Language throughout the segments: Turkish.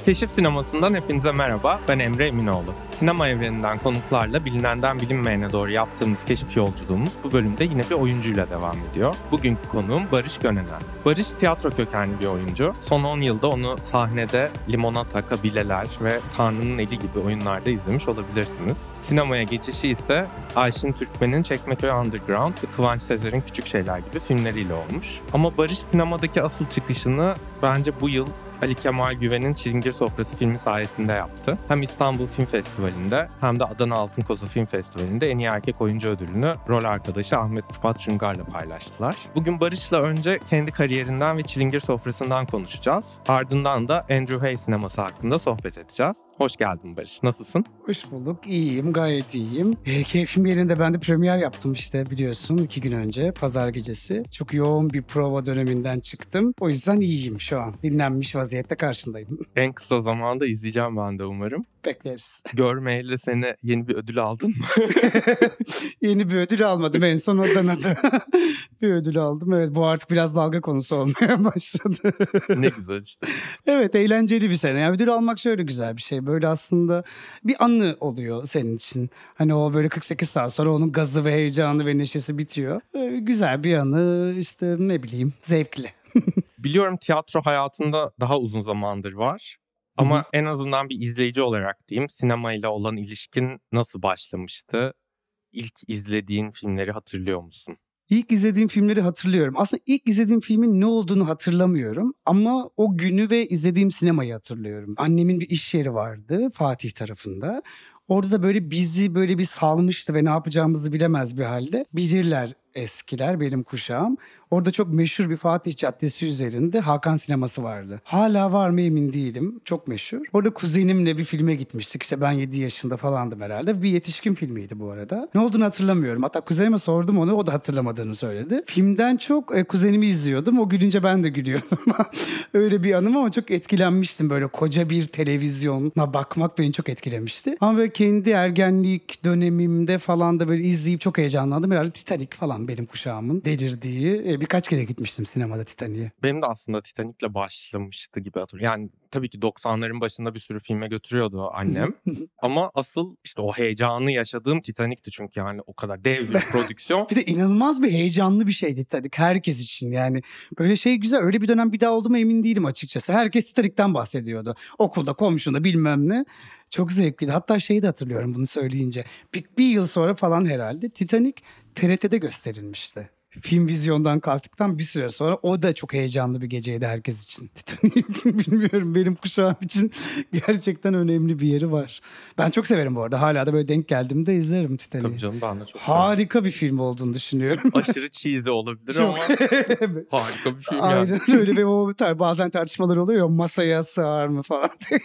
Keşif Sineması'ndan hepinize merhaba, ben Emre Eminoğlu. Sinema evreninden konuklarla bilinenden bilinmeyene doğru yaptığımız keşif yolculuğumuz bu bölümde yine bir oyuncuyla devam ediyor. Bugünkü konuğum Barış Gönenen. Barış tiyatro kökenli bir oyuncu. Son 10 yılda onu sahnede Limonata, Kabileler ve Tanrı'nın Eli gibi oyunlarda izlemiş olabilirsiniz. Sinemaya geçişi ise Ayşin Türkmen'in Çekmeköy Underground ve Kıvanç Sezer'in Küçük Şeyler gibi filmleriyle olmuş. Ama Barış sinemadaki asıl çıkışını bence bu yıl Ali Kemal Güven'in Çilingir Sofrası filmi sayesinde yaptı. Hem İstanbul Film Festivali'nde hem de Adana Altın Koza Film Festivali'nde en iyi erkek oyuncu ödülünü rol arkadaşı Ahmet Rıfat Çungar'la paylaştılar. Bugün Barış'la önce kendi kariyerinden ve Çilingir Sofrası'ndan konuşacağız. Ardından da Andrew Hay sineması hakkında sohbet edeceğiz. Hoş geldin Barış, nasılsın? Hoş bulduk, iyiyim, gayet iyiyim. Keyfim yerinde, ben de premier yaptım işte biliyorsun 2 gün önce, pazar gecesi. Çok yoğun bir prova döneminden çıktım. O yüzden iyiyim şu an. Dinlenmiş vaziyette karşındayım. En kısa zamanda izleyeceğim ben de umarım. Bekleriz. Görmeyeli seni yeni bir ödül aldın mı? Yeni bir ödül almadım, en son Adana'da bir ödül aldım. Evet, bu artık biraz dalga konusu olmaya başladı. Ne güzel işte. Evet, eğlenceli bir sene. Yani ödül almak şöyle güzel bir şey. Böyle aslında bir anı oluyor senin için. Hani o böyle 48 saat sonra onun gazı ve heyecanı ve neşesi bitiyor. Güzel bir anı, işte ne bileyim, zevkli. Biliyorum tiyatro hayatında daha uzun zamandır var. Ama en azından bir izleyici olarak diyeyim, sinemayla olan ilişkin nasıl başlamıştı? İlk izlediğin filmleri hatırlıyor musun? İlk izlediğim filmleri hatırlıyorum. Aslında ilk izlediğim filmin ne olduğunu hatırlamıyorum ama o günü ve izlediğim sinemayı hatırlıyorum. Annemin bir iş yeri vardı Fatih tarafında. Orada da böyle bizi böyle bir salmıştı ve ne yapacağımızı bilemez bir halde. Bilirler eskiler, benim kuşağım. Orada çok meşhur bir Fatih Caddesi üzerinde Hakan Sineması vardı. Hala var mı emin değilim. Çok meşhur. Orada kuzenimle bir filme gitmiştik. İşte ben 7 yaşında falandım herhalde. Bir yetişkin filmiydi bu arada. Ne olduğunu hatırlamıyorum. Hatta kuzenime sordum onu. O da hatırlamadığını söyledi. Filmden çok kuzenimi izliyordum. O gülünce ben de gülüyordum. Öyle bir anım ama çok etkilenmiştim. Böyle koca bir televizyona bakmak beni çok etkilemişti. Ama böyle kendi ergenlik dönemimde falan da böyle izleyip çok heyecanlandım. Herhalde Titanic falan benim kuşağımın delirdiği. Birkaç kere gitmiştim sinemada Titanic'e. Benim de aslında Titanic'le başlamıştı gibi hatırlıyorum. Yani tabii ki 90'ların başında bir sürü filme götürüyordu annem. Ama asıl işte o heyecanı yaşadığım Titanic'ti çünkü yani o kadar dev bir prodüksiyon. Bir de inanılmaz bir heyecanlı bir şeydi Titanic herkes için yani. Böyle şey güzel, öyle bir dönem bir daha oldu mu emin değilim açıkçası. Herkes Titanic'ten bahsediyordu. Okulda, komşunda bilmem ne. Çok zevkliydi. Hatta şeyi de hatırlıyorum bunu söyleyince. Bir yıl sonra falan herhalde Titanic TRT'de gösterilmişti. Film vizyondan kalktıktan bir süre sonra o da çok heyecanlı bir geceydi herkes için. Titanic bilmiyorum, benim kuşağım için gerçekten önemli bir yeri var. Ben çok severim bu arada. Hala da böyle denk geldiğimde izlerim Titanic'i. Tabii canım, ben de çok Harika bir film olduğunu düşünüyorum. aşırı cheesy olabilir Çok. ama harika bir film yani. Aynen öyle ve o bazen tartışmalar oluyor ya, masaya sığar mı falan diye.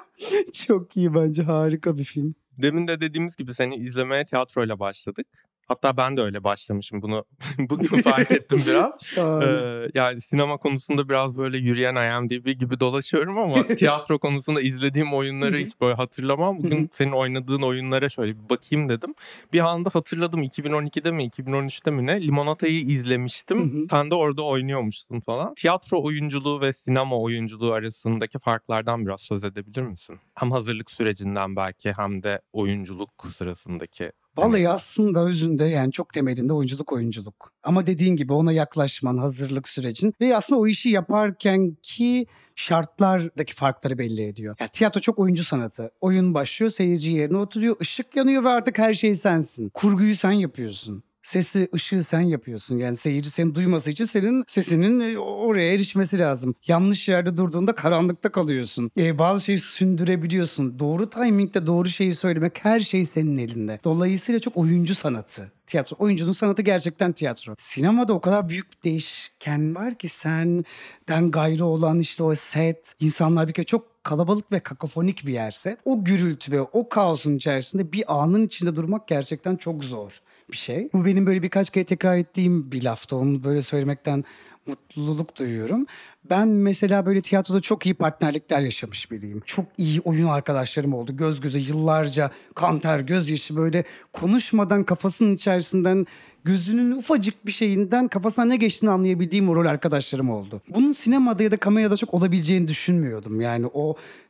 Çok iyi, bence harika bir film. Demin de dediğimiz gibi seni izlemeye tiyatroyla başladık. Hatta ben de öyle başlamışım, bunu bugün fark ettim biraz. Şahane. Yani sinema konusunda biraz böyle yürüyen IMDb gibi dolaşıyorum ama tiyatro konusunda izlediğim oyunları hiç böyle hatırlamam. Bugün senin oynadığın oyunlara şöyle bir bakayım dedim. Bir anda hatırladım, 2012'de mi 2013'te mi ne, Limonata'yı izlemiştim. Sen de orada oynuyormuşsun falan. Tiyatro oyunculuğu ve sinema oyunculuğu arasındaki farklardan biraz söz edebilir misin? Hem hazırlık sürecinden belki hem de oyunculuk sırasındaki. Vallahi aslında özünde yani çok temelinde oyunculuk. Ama dediğin gibi ona yaklaşman, hazırlık sürecin ve aslında o işi yaparken ki şartlardaki farkları belli ediyor. Yani tiyatro çok oyuncu sanatı. Oyun başlıyor, seyirci yerine oturuyor, ışık yanıyor ve artık her şey sensin. Kurguyu sen yapıyorsun. Sesi, ışığı sen yapıyorsun. Yani seyirci seni duyması için senin sesinin oraya erişmesi lazım. Yanlış yerde durduğunda karanlıkta kalıyorsun. Bazı şeyi sündürebiliyorsun. Doğru timingde doğru şeyi söylemek, her şey senin elinde. Dolayısıyla çok oyuncu sanatı. Tiyatro. Oyuncunun sanatı gerçekten tiyatro. Sinemada o kadar büyük bir değişken var ki senden gayrı olan işte o set, insanlar bir kere çok kalabalık ve kakofonik bir yerse o gürültü ve o kaosun içerisinde bir anın içinde durmak gerçekten çok zor bir şey. Bu benim böyle birkaç kere tekrar ettiğim bir laftı. Onu böyle söylemekten mutluluk duyuyorum. Ben mesela böyle tiyatroda çok iyi partnerlikler yaşamış biriyim. Çok iyi oyun arkadaşlarım oldu. Göz göze yıllarca kan ter gözyaşı böyle konuşmadan kafasının içerisinden gözünün ufacık bir şeyinden kafasına ne geçtiğini anlayabildiğim o rol arkadaşlarım oldu. Bunun sinemada ya da kamerada çok olabileceğini düşünmüyordum. Yani o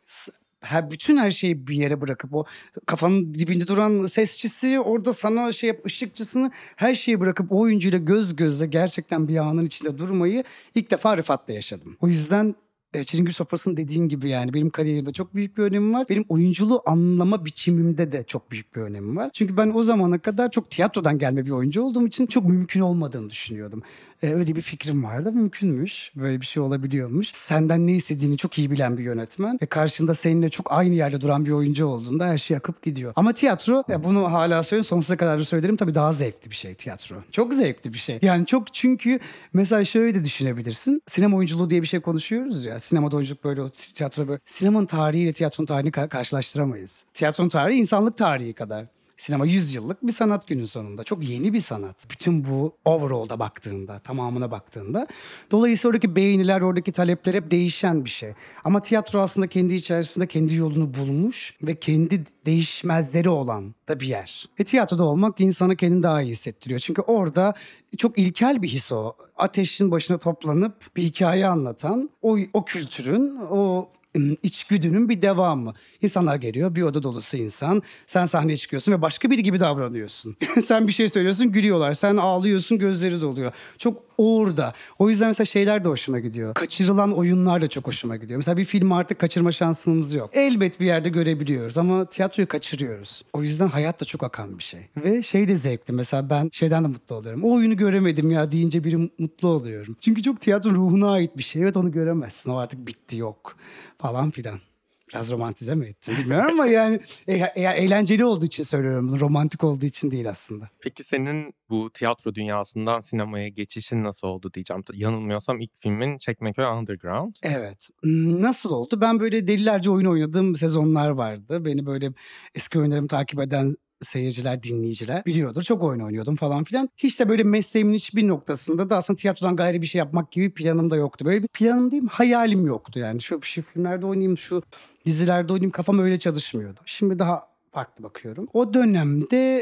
Bütün her şeyi bir yere bırakıp o kafanın dibinde duran sesçisi, orada sana şey yap, ışıkçısını, her şeyi bırakıp o oyuncuyla göz göze gerçekten bir anın içinde durmayı ilk defa Rıfat'la yaşadım. O yüzden Çilingir Sofrası'nın dediğin gibi yani benim kariyerimde çok büyük bir önemi var. Benim oyunculuğu anlama biçimimde de çok büyük bir önemi var. Çünkü ben o zamana kadar çok tiyatrodan gelme bir oyuncu olduğum için çok mümkün olmadığını düşünüyordum. Öyle bir fikrim vardı. Mümkünmüş. Böyle bir şey olabiliyormuş. Senden ne istediğini çok iyi bilen bir yönetmen ve karşında seninle çok aynı yerde duran bir oyuncu olduğunda her şey akıp gidiyor. Ama tiyatro, bunu hala söylüyorum, sonsuza kadar da söylerim, tabii daha zevkli bir şey tiyatro. Çok zevkli bir şey. Yani çok, çünkü mesela şöyle de düşünebilirsin. Sinema oyunculuğu diye bir şey konuşuyoruz ya. Sinemada oyunculuk böyle, tiyatro böyle. Sinemanın tarihiyle tiyatronun tarihini karşılaştıramayız. Tiyatronun tarihi insanlık tarihi kadar. Sinema 100 yıllık bir sanat günün sonunda. Çok yeni bir sanat. Bütün bu overall'da baktığında, tamamına baktığında. Dolayısıyla oradaki beğeniler, oradaki talepler hep değişen bir şey. Ama tiyatro aslında kendi içerisinde kendi yolunu bulmuş ve kendi değişmezleri olan da bir yer. Tiyatroda olmak insanı kendini daha iyi hissettiriyor. Çünkü orada çok ilkel bir his o. Ateşin başına toplanıp bir hikaye anlatan, o kültürün, o içgüdünün bir devamı. İnsanlar geliyor, bir oda dolusu insan. Sen sahneye çıkıyorsun ve başka biri gibi davranıyorsun. Sen bir şey söylüyorsun, gülüyorlar. Sen ağlıyorsun, gözleri doluyor. Çok orada. O yüzden mesela şeyler de hoşuma gidiyor. Kaçırılan oyunlar da çok hoşuma gidiyor. Mesela bir filmi artık kaçırma şansımız yok. Elbet bir yerde görebiliyoruz ama tiyatroyu kaçırıyoruz. O yüzden hayat da çok akan bir şey. Ve şey de zevkli. Mesela ben şeyden de mutlu oluyorum. O oyunu göremedim ya deyince biri mutlu oluyorum. Çünkü çok tiyatronun ruhuna ait bir şey. Evet, onu göremezsin. O artık bitti, yok falan filan. Biraz romantize mi ettim bilmiyorum ama yani eğlenceli olduğu için söylüyorum bunu. Romantik olduğu için değil aslında. Peki senin bu tiyatro dünyasından sinemaya geçişin nasıl oldu diyeceğim. Yanılmıyorsam ilk filmin Çekmeköy Underground. Evet. Nasıl oldu? Ben böyle delilerce oyun oynadığım sezonlar vardı. Beni böyle eski oyunlarımı takip eden seyirciler, dinleyiciler biliyordur. Çok oyun oynuyordum falan filan. Hiç de böyle mesleğimin hiçbir noktasında da aslında tiyatrodan gayrı bir şey yapmak gibi planım da yoktu. Böyle bir planım değil mi? Hayalim yoktu yani. Şu filmlerde oynayayım, şu dizilerde oynayayım, kafam öyle çalışmıyordu. Şimdi daha farklı bakıyorum. O dönemde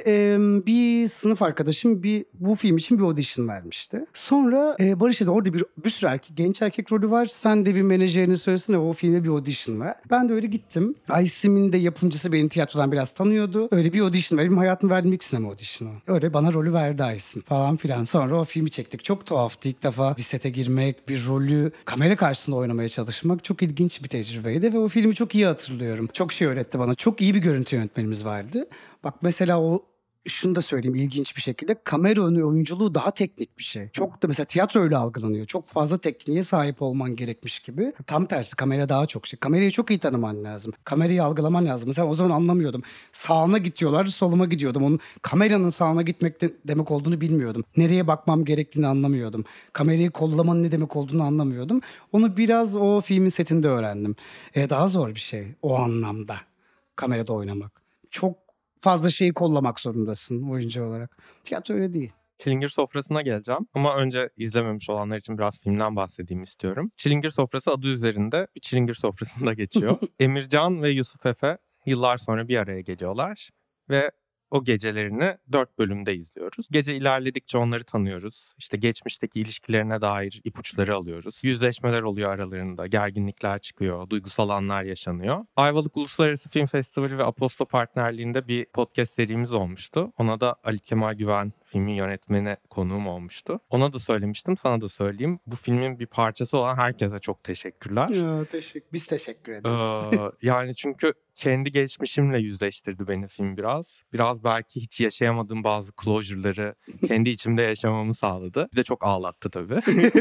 bir sınıf arkadaşım bu film için bir audition vermişti. Sonra Barış dedi, orada bir sürü genç erkek rolü var. Sen de bir menajerini söylesene, o filme bir audition ver. Ben de öyle gittim. Aysim'in de yapımcısı beni tiyatrodan biraz tanıyordu. Öyle bir audition verdim. Hayatımda verdiğim ilk sinema audition'u. Öyle bana rolü verdi Aysim falan filan. Sonra o filmi çektik. Çok tuhaftı. İlk defa bir sete girmek, bir rolü kamera karşısında oynamaya çalışmak çok ilginç bir tecrübeydi ve o filmi çok iyi hatırlıyorum. Çok şey öğretti bana. Çok iyi bir görüntü yönetmenimiz vardı. Bak mesela şunu da söyleyeyim ilginç bir şekilde, kamera önü oyunculuğu daha teknik bir şey. Çok da mesela tiyatro öyle algılanıyor. Çok fazla tekniğe sahip olman gerekmiş gibi. Tam tersi, kamera daha çok şey. Kamerayı çok iyi tanıman lazım. Kamerayı algılaman lazım. Mesela o zaman anlamıyordum. Sağına gidiyorlar, soluma gidiyordum. Onun kameranın sağına gitmek demek olduğunu bilmiyordum. Nereye bakmam gerektiğini anlamıyordum. Kamerayı kollamanın ne demek olduğunu anlamıyordum. Onu biraz o filmin setinde öğrendim. Daha zor bir şey o anlamda. Kamerada oynamak. Çok fazla şeyi kollamak zorundasın oyuncu olarak. Tiyatro öyle değil. Çilingir Sofrası'na geleceğim ama önce izlememiş olanlar için biraz filmden bahsedeyim istiyorum. Çilingir Sofrası adı üzerinde bir çilingir sofrasında geçiyor. Emircan ve Yusuf Efe yıllar sonra bir araya geliyorlar ve o gecelerini 4 bölümde izliyoruz. Gece ilerledikçe onları tanıyoruz. İşte geçmişteki ilişkilerine dair ipuçları alıyoruz. Yüzleşmeler oluyor aralarında, gerginlikler çıkıyor, duygusal anlar yaşanıyor. Ayvalık Uluslararası Film Festivali ve Aposto partnerliğinde bir podcast serimiz olmuştu. Ona da Ali Kemal Güven, filmin yönetmeni, konuğum olmuştu. Ona da söylemiştim, sana da söyleyeyim. Bu filmin bir parçası olan herkese çok teşekkürler. Ya, biz teşekkür ederiz. Yani çünkü kendi geçmişimle yüzleştirdi beni film biraz. Biraz belki hiç yaşayamadığım bazı closure'ları kendi içimde yaşamamı sağladı. Bir de çok ağlattı tabii.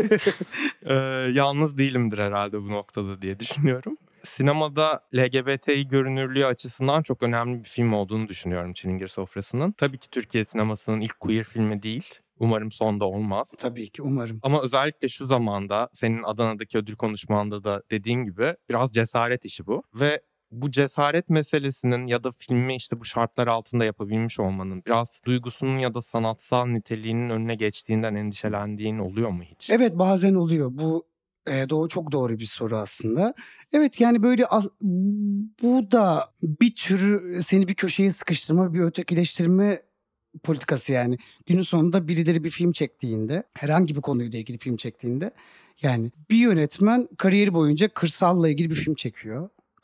Yalnız değilimdir herhalde bu noktada diye düşünüyorum. Sinemada LGBTİ görünürlüğü açısından çok önemli bir film olduğunu düşünüyorum Çilingir Sofrası'nın. Tabii ki Türkiye sinemasının ilk queer filmi değil. Umarım sonda olmaz. Tabii ki, umarım. Ama özellikle şu zamanda senin Adana'daki ödül konuşmanda da dediğin gibi biraz cesaret işi bu. Ve bu cesaret meselesinin ya da filmi işte bu şartlar altında yapabilmiş olmanın biraz duygusunun ya da sanatsal niteliğinin önüne geçtiğinden endişelendiğin oluyor mu hiç? Evet, bazen oluyor. Bu çok doğru bir soru aslında. Evet, yani böyle bu da bir tür seni bir köşeye sıkıştırma, bir ötekileştirme politikası yani. Günün sonunda birileri bir film çektiğinde, herhangi bir konuyla ilgili film çektiğinde, yani bir yönetmen kariyeri boyunca kırsalla ilgili bir film çekiyor.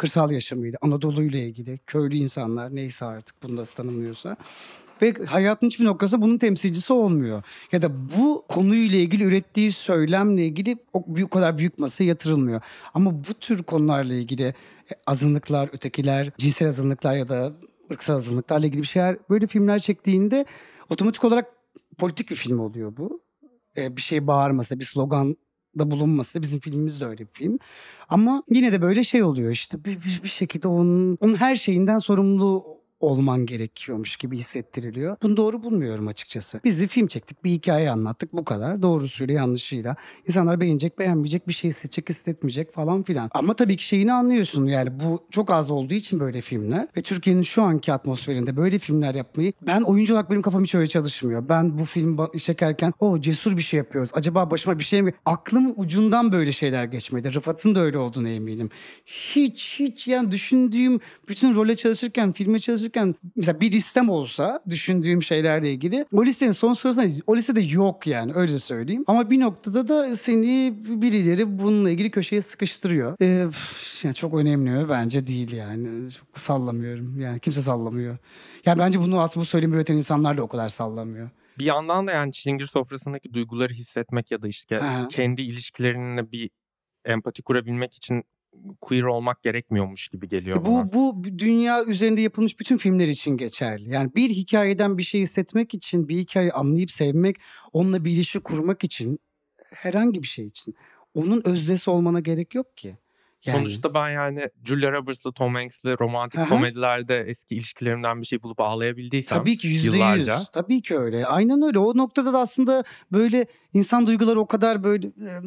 kırsal yaşamıyla, Anadolu'yla ilgili, köylü insanlar neyse artık bunu nasıl tanımlıyorsa. Ve hayatın hiçbir noktası bunun temsilcisi olmuyor. Ya da bu konuyla ilgili ürettiği söylemle ilgili o kadar büyük masaya yatırılmıyor. Ama bu tür konularla ilgili azınlıklar, ötekiler, cinsel azınlıklar ya da ırksal azınlıklarla ilgili bir şeyler, böyle filmler çektiğinde otomatik olarak politik bir film oluyor bu. Bir şey bağırmasa, bir slogan da bulunması. Bizim filmimiz de öyle bir film. Ama yine de böyle şey oluyor işte bir şekilde onun her şeyinden sorumlu olman gerekiyormuş gibi hissettiriliyor. Bunu doğru bulmuyorum açıkçası. Biz bir film çektik, bir hikaye anlattık, bu kadar. Doğrusuyla yanlışıyla. İnsanlar beğenecek, beğenmeyecek, bir şey hissedecek, hissetmeyecek falan filan. Ama tabii ki şeyini anlıyorsun, yani bu çok az olduğu için böyle filmler ve Türkiye'nin şu anki atmosferinde böyle filmler yapmayı, ben oyuncu olarak benim kafam hiç öyle çalışmıyor. Ben bu film çekerken cesur bir şey yapıyoruz. Acaba başıma bir şey mi? Aklımın ucundan böyle şeyler geçmedi. Rıfat'ın da öyle olduğunu eminim. Hiç yani düşündüğüm bütün role çalışırken, filme çalışırken mesela bir listem olsa düşündüğüm şeylerle ilgili, o listenin son sırasında o listede yok, yani öyle söyleyeyim. Ama bir noktada da seni birileri bununla ilgili köşeye sıkıştırıyor. Yani çok önemli bence değil yani. Çok sallamıyorum. Yani kimse sallamıyor. Yani bence bunu aslında bu söylemi üreten insanlar da o kadar sallamıyor. Bir yandan da yani çilingir sofrasındaki duyguları hissetmek ya da işte Ha. kendi ilişkilerine bir empati kurabilmek için queer olmak gerekmiyormuş gibi geliyor bana. Bu dünya üzerinde yapılmış bütün filmler için geçerli. Yani bir hikayeden bir şey hissetmek için, bir hikayeyi anlayıp sevmek, onunla bir ilişki kurmak için, herhangi bir şey için onun öznesi olmana gerek yok ki. Yani. Sonuçta ben yani Julia Roberts'la Tom Hanks'le romantik Aha. komedilerde eski ilişkilerimden bir şey bulup ağlayabildiysem Tabii ki yıllarca. %100. Tabii ki öyle. Aynen öyle. O noktada da aslında böyle insan duyguları o kadar böyle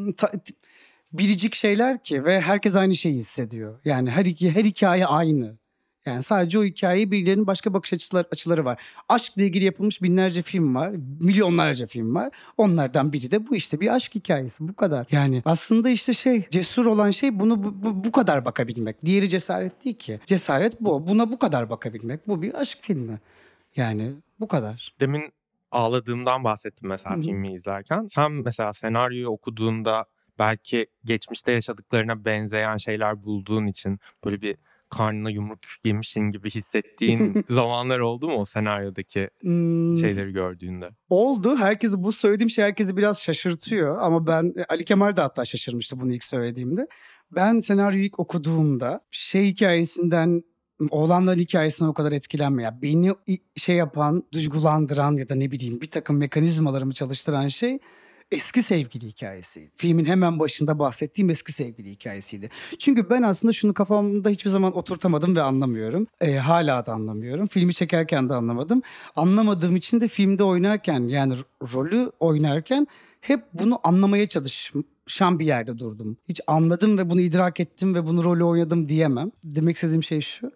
biricik şeyler ki ve herkes aynı şeyi hissediyor. Yani her hikaye aynı. Yani sadece o hikayeyi birilerinin başka bakış açıları var. Aşkla ilgili yapılmış binlerce film var, milyonlarca film var. Onlardan biri de bu, işte bir aşk hikayesi, bu kadar. Yani aslında işte cesur olan şey bunu bu kadar bakabilmek. Diğeri cesaret değil ki. Cesaret bu. Buna bu kadar bakabilmek. Bu bir aşk filmi. Yani bu kadar. Demin ağladığımdan bahsettim mesela filmi izlerken. Sen mesela senaryoyu okuduğunda belki geçmişte yaşadıklarına benzeyen şeyler bulduğun için böyle bir karnına yumruk yemişsin gibi hissettiğin zamanlar oldu mu o senaryodaki şeyleri gördüğünde? Oldu. Bu söylediğim şey herkesi biraz şaşırtıyor ama ben Ali Kemal de hatta şaşırmıştı bunu ilk söylediğimde. Ben senaryoyu ilk okuduğumda hikayesinden, oğlanların hikayesinden o kadar etkilenmeyen, beni şey yapan, duygulandıran ya da ne bileyim bir takım mekanizmalarımı çalıştıran şey eski sevgili hikayesi. Filmin hemen başında bahsettiğim eski sevgili hikayesiydi. Çünkü ben aslında şunu kafamda hiçbir zaman oturtamadım ve anlamıyorum. Hala da anlamıyorum. Filmi çekerken de anlamadım. Anlamadığım için de filmde oynarken, yani rolü oynarken hep bunu anlamaya çalışan bir yerde durdum. Hiç anladım ve bunu idrak ettim ve bunu rolü oynadım diyemem. Demek istediğim şey şu: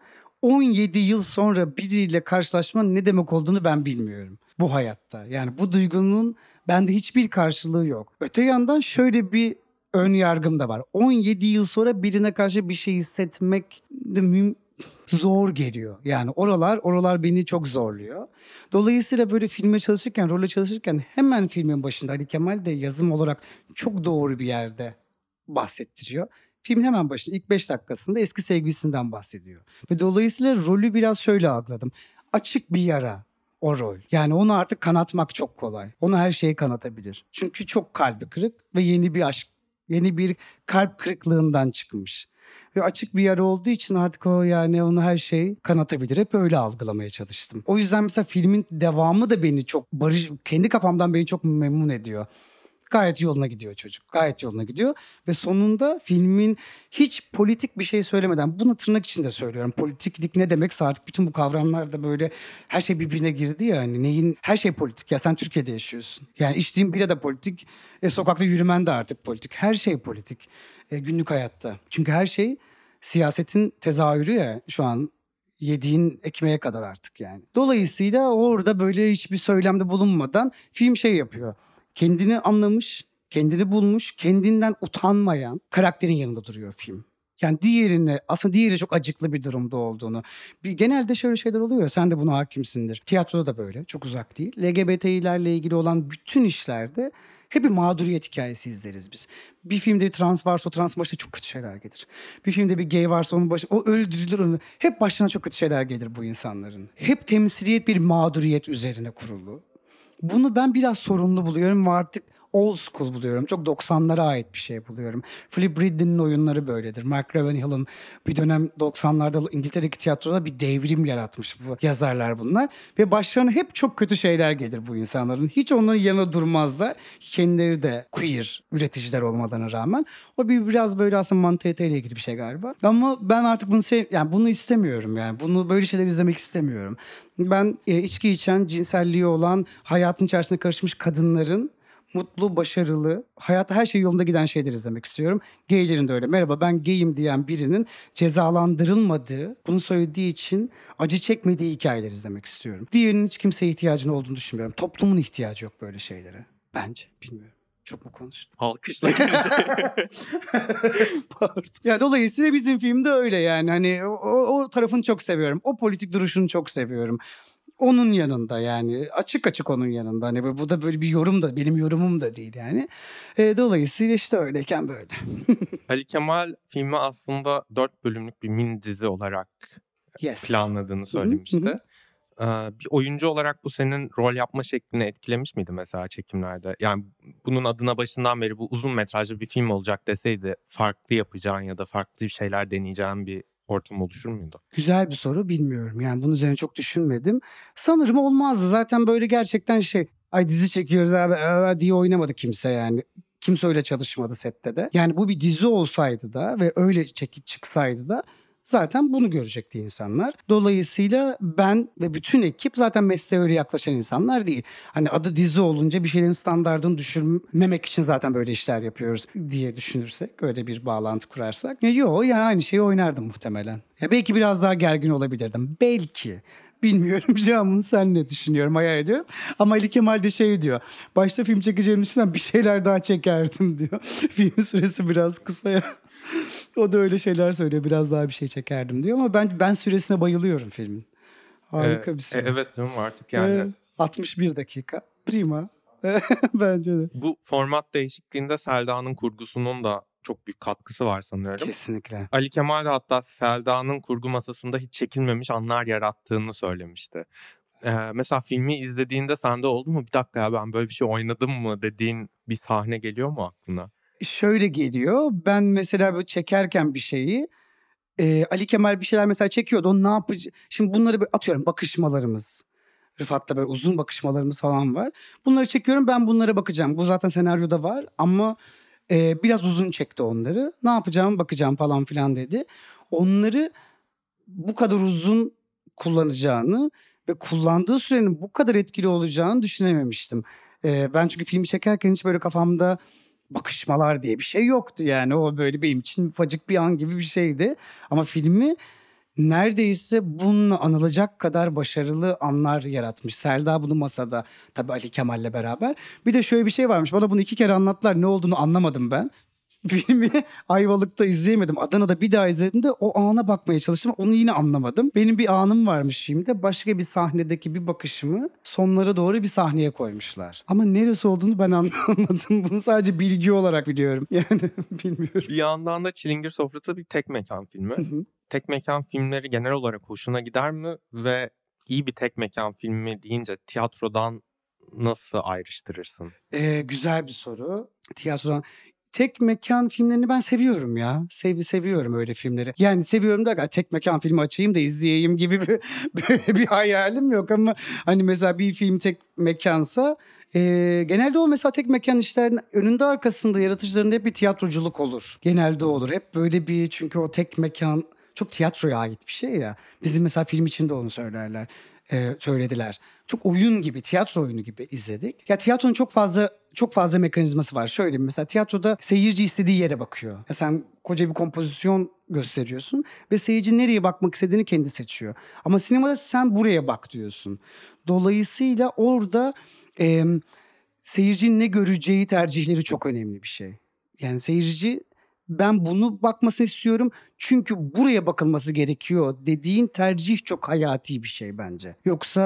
17 yıl sonra biriyle karşılaşmanın ne demek olduğunu ben bilmiyorum bu hayatta. Yani bu duygunun bende hiçbir karşılığı yok. Öte yandan şöyle bir ön yargım da var. 17 yıl sonra birine karşı bir şey hissetmek de zor geliyor. Yani oralar beni çok zorluyor. Dolayısıyla böyle filme çalışırken, role çalışırken hemen filmin başında Ali Kemal de yazım olarak çok doğru bir yerde bahsettiriyor. Filmin hemen başında ilk 5 dakikasında eski sevgilisinden bahsediyor. Ve dolayısıyla rolü biraz şöyle algıladım. Açık bir yara o rol. Yani onu artık kanatmak çok kolay. Onu her şeye kanatabilir. Çünkü çok kalbi kırık ve yeni bir aşk, yeni bir kalp kırıklığından çıkmış. Ve açık bir yara olduğu için artık yani onu her şey kanatabilir. Hep öyle algılamaya çalıştım. O yüzden mesela filmin devamı da beni çok kendi kafamdan beni çok memnun ediyor. Gayet yoluna gidiyor çocuk. Gayet yoluna gidiyor. Ve sonunda filmin hiç politik bir şey söylemeden, bunu tırnak içinde söylüyorum. Politiklik ne demekse artık bütün bu kavramlar da böyle her şey birbirine girdi ya. Hani her şey politik. Ya sen Türkiye'de yaşıyorsun. Yani içtiğin bira da politik. Sokakta yürümen de artık politik. Her şey politik. Günlük hayatta. Çünkü her şey siyasetin tezahürü ya şu an. Yediğin ekmeğe kadar artık yani. Dolayısıyla orada böyle hiçbir söylemde bulunmadan film yapıyor. Kendini anlamış, kendini bulmuş, kendinden utanmayan karakterin yanında duruyor film. Yani aslında diğeri çok acıklı bir durumda olduğunu. Genelde şöyle şeyler oluyor. Sen de buna hakimsindir. Tiyatroda da böyle. Çok uzak değil. LGBT'lerle ilgili olan bütün işlerde Hep bir mağduriyet hikayesi izleriz biz. Bir filmde bir trans varsa o trans başına çok kötü şeyler gelir. Bir filmde bir gay varsa onun başına o öldürülür. Hep başına çok kötü şeyler gelir bu insanların. Hep temsiliyet bir mağduriyet üzerine kurulu. Bunu ben biraz sorunlu buluyorum ve artık old school buluyorum. Çok 90'lara ait bir şey buluyorum. Philip Ridley'nin oyunları böyledir. Mark Ravenhill'ın bir dönem 90'larda İngiltere'deki tiyatroda bir devrim yaratmış bu yazarlar bunlar. Ve başlarına hep çok kötü şeyler gelir bu insanların. Hiç onların yanına durmazlar. Kendileri de queer üreticiler olmalarına rağmen. O biraz böyle aslında mantaliteyle ilgili bir şey galiba. Ama ben artık yani bunu istemiyorum yani. Bunu böyle şeyler izlemek istemiyorum. Ben içki içen, cinselliği olan, hayatın içerisine karışmış kadınların mutlu, başarılı, hayatta her şey yolunda giden şeyler izlemek istiyorum. Gaylerin de öyle. Merhaba ben gayim diyen birinin cezalandırılmadığı, bunu söylediği için acı çekmediği hikayeler izlemek istiyorum. Diğerinin hiç kimseye ihtiyacının olduğunu düşünmüyorum. Toplumun ihtiyacı yok böyle şeylere. Bence. Bilmiyorum. Çok mu konuştum? Alkışla gelince. Pardon. Ya dolayısıyla bizim filmde öyle yani. Hani o tarafını çok seviyorum. O politik duruşunu çok seviyorum. Onun yanında yani açık açık onun yanında. Hani bu da böyle bir yorum da benim yorumum da değil yani. Dolayısıyla işte öyleyken böyle. Ali Kemal filmi aslında 4 bölümlük bir mini dizi olarak Yes. planladığını Hı söylemişti. hı. Bir oyuncu olarak bu senin rol yapma şeklini etkilemiş miydi mesela çekimlerde? Yani bunun adına başından beri bu uzun metrajlı bir film olacak deseydi farklı yapacağın ya da farklı bir şeyler deneyeceğin bir ortam oluşur muydu? Güzel bir soru bilmiyorum. Yani bunun üzerine çok düşünmedim. Sanırım olmazdı. Zaten böyle gerçekten ay dizi çekiyoruz abi diye oynamadı kimse yani. Kimse öyle çalışmadı sette de. Yani bu bir dizi olsaydı da ve öyle çıksaydı da zaten bunu görecekti insanlar. Dolayısıyla ben ve bütün ekip zaten mesleğe öyle yaklaşan insanlar değil. Hani adı dizi olunca bir şeylerin standardını düşürmemek için zaten böyle işler yapıyoruz diye düşünürsek, öyle bir bağlantı kurarsak. Yok ya aynı şeyi oynardım muhtemelen. Ya belki biraz daha gergin olabilirdim. Belki. Bilmiyorum Can, sen ne düşünüyorum hayal ediyorum. Ama Ali Kemal de diyor. Başta film çekeceğim düşünen bir şeyler daha çekerdim diyor. Film süresi biraz kısa ya. O da öyle şeyler söylüyor. Biraz daha bir şey çekerdim diyor ama ben süresine bayılıyorum filmin. Harika bir süre. Evet canım artık yani. 61 dakika. Prima. Bence de. Bu format değişikliğinde Selda'nın kurgusunun da çok büyük katkısı var sanıyorum. Kesinlikle. Ali Kemal de hatta Selda'nın kurgu masasında hiç çekilmemiş anlar yarattığını söylemişti. Mesela filmi izlediğinde sende oldu mu? Bir dakika ya ben böyle bir şey oynadım mı dediğin bir sahne geliyor mu aklına? Şöyle geliyor. Ben mesela böyle çekerken bir şeyi Ali Kemal bir şeyler mesela çekiyordu. Onu ne yapacak? Şimdi bunları atıyorum bakışmalarımız. Rıfat'la böyle uzun bakışmalarımız falan var. Bunları çekiyorum, ben bunlara bakacağım. Bu zaten senaryoda var ama biraz uzun çekti onları. Ne yapacağım bakacağım falan filan dedi. Onları bu kadar uzun kullanacağını ve kullandığı sürenin bu kadar etkili olacağını düşünememiştim. Ben çünkü filmi çekerken hiç böyle kafamda bakışmalar diye bir şey yoktu yani. O böyle benim için ufacık bir an gibi bir şeydi. Ama filmi neredeyse bununla anılacak kadar başarılı anlar yaratmış. Selda bunu masada, tabii Ali Kemal'le beraber. Bir de şöyle bir şey varmış. Bana bunu 2 kere anlattılar. Ne olduğunu anlamadım ben. Filmi Ayvalık'ta izleyemedim. Adana'da bir daha izledim de o ana bakmaya çalıştım. Onu yine anlamadım. Benim bir anım varmış filmde. Başka bir sahnedeki bir bakışımı sonlara doğru bir sahneye koymuşlar. Ama neresi olduğunu ben anlamadım. Bunu sadece bilgi olarak biliyorum. Yani bilmiyorum. Bir yandan da Çilingir Sofrası bir tek mekan filmi. Tek mekan filmleri genel olarak hoşuna gider mi? Ve iyi bir tek mekan filmi deyince tiyatrodan nasıl ayrıştırırsın? Güzel bir soru. Tiyatrodan tek mekan filmlerini ben seviyorum ya. Seviyorum öyle filmleri. Yani seviyorum da tek mekan filmi açayım da izleyeyim gibi böyle bir hayalim yok ama hani mesela bir film tek mekansa genelde o mesela tek mekan işlerin önünde arkasında yaratıcılarında hep bir tiyatroculuk olur. Genelde olur. Hep böyle bir, çünkü o tek mekan çok tiyatroya ait bir şey ya. Bizim mesela film için de onu söylediler. Çok oyun gibi, tiyatro oyunu gibi izledik. Ya tiyatronun çok fazla mekanizması var. Şöyle mesela tiyatroda seyirci istediği yere bakıyor. Ya sen koca bir kompozisyon gösteriyorsun ve seyirci nereye bakmak istediğini kendi seçiyor. Ama sinemada sen buraya bak diyorsun. Dolayısıyla orada seyircinin ne göreceği tercihleri çok önemli bir şey. Yani seyirci ben bunu bakmasını istiyorum çünkü buraya bakılması gerekiyor dediğin tercih çok hayati bir şey bence. Yoksa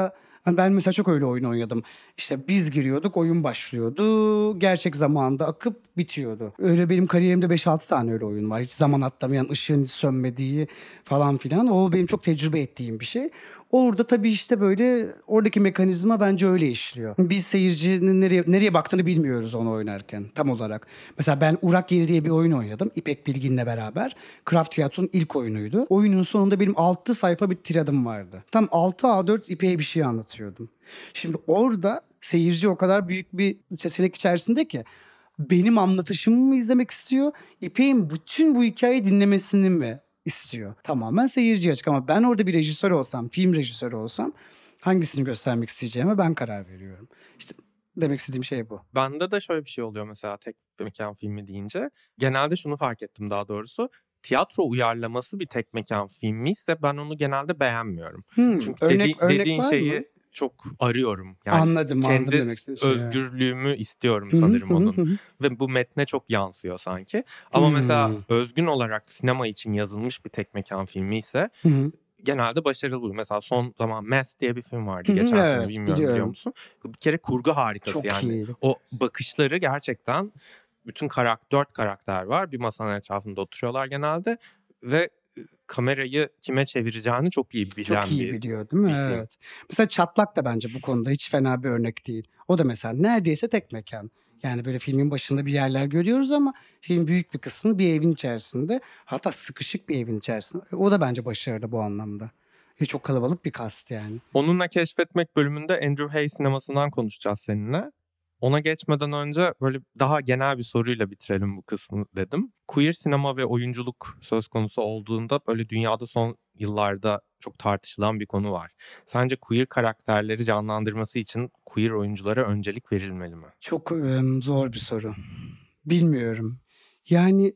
Hani ben mesela çok öyle oyun oynadım. İşte biz giriyorduk, oyun başlıyordu. Gerçek zamanda akıp bitiyordu. Öyle benim kariyerimde 5-6 tane öyle oyun var. Hiç zaman atlamayan, ışığın hiç sönmediği falan filan. O benim çok tecrübe ettiğim bir şey. Orada tabii işte böyle oradaki mekanizma bence öyle işliyor. Biz seyircinin nereye baktığını bilmiyoruz onu oynarken tam olarak. Mesela ben Urak Yeri diye bir oyun oynadım İpek Bilgin'le beraber. Craft Tiyatro'nun ilk oyunuydu. Oyunun sonunda benim 6 sayfa bir tiradım vardı. Tam 6 A4 İpek'e bir şey anlatıyordum. Şimdi orada seyirci o kadar büyük bir seçenek içerisinde ki benim anlatışımı mı izlemek istiyor, İpek'in bütün bu hikayeyi dinlemesini mi istiyor? Tamamen seyirciye açık ama ben orada bir rejisör olsam, film rejisörü olsam hangisini göstermek isteyeceğime ben karar veriyorum. İşte demek istediğim şey bu. Bende de şöyle bir şey oluyor mesela tek mekan filmi deyince. Genelde şunu fark ettim daha doğrusu. Tiyatro uyarlaması bir tek mekan filmi ise ben onu genelde beğenmiyorum. Çünkü Örnek dediğin var mı? şeyi çok arıyorum. Yani Anladım kendi demek istediğin şeyi. özgürlüğümü istiyorum Hı hı, sanırım hı hı, onun. hı hı. Ve bu metne çok yansıyor sanki. Ama mesela Hmm, özgün olarak sinema için yazılmış bir tek mekan filmi ise hı hı, genelde başarılı buluyor. Mesela son zaman Mass diye bir film vardı hı hı, geçen sene, evet bilmiyorum biliyor biliyorum. musun? Bir kere kurgu harikası Çok yani. iyiydi. O bakışları gerçekten bütün dört karakter var. Bir masanın etrafında oturuyorlar genelde ve kamerayı kime çevireceğini çok iyi Çok bilen iyi bir biliyor değil mi? film. Evet. Mesela Çatlak da bence bu konuda hiç fena bir örnek değil. O da mesela neredeyse tek mekan. Yani böyle filmin başında bir yerler görüyoruz ama film büyük bir kısmı bir evin içerisinde. Hatta sıkışık bir evin içerisinde. O da bence başarılı bu anlamda. Çok kalabalık bir kast yani. Onunla Keşfetmek bölümünde Andrew Hay sinemasından konuşacağız seninle. Ona geçmeden önce böyle daha genel bir soruyla bitirelim bu kısmı dedim. Queer sinema ve oyunculuk söz konusu olduğunda böyle dünyada son yıllarda çok tartışılan bir konu var. Sence queer karakterleri canlandırması için queer oyunculara öncelik verilmeli mi? Çok zor bir soru. Bilmiyorum. Yani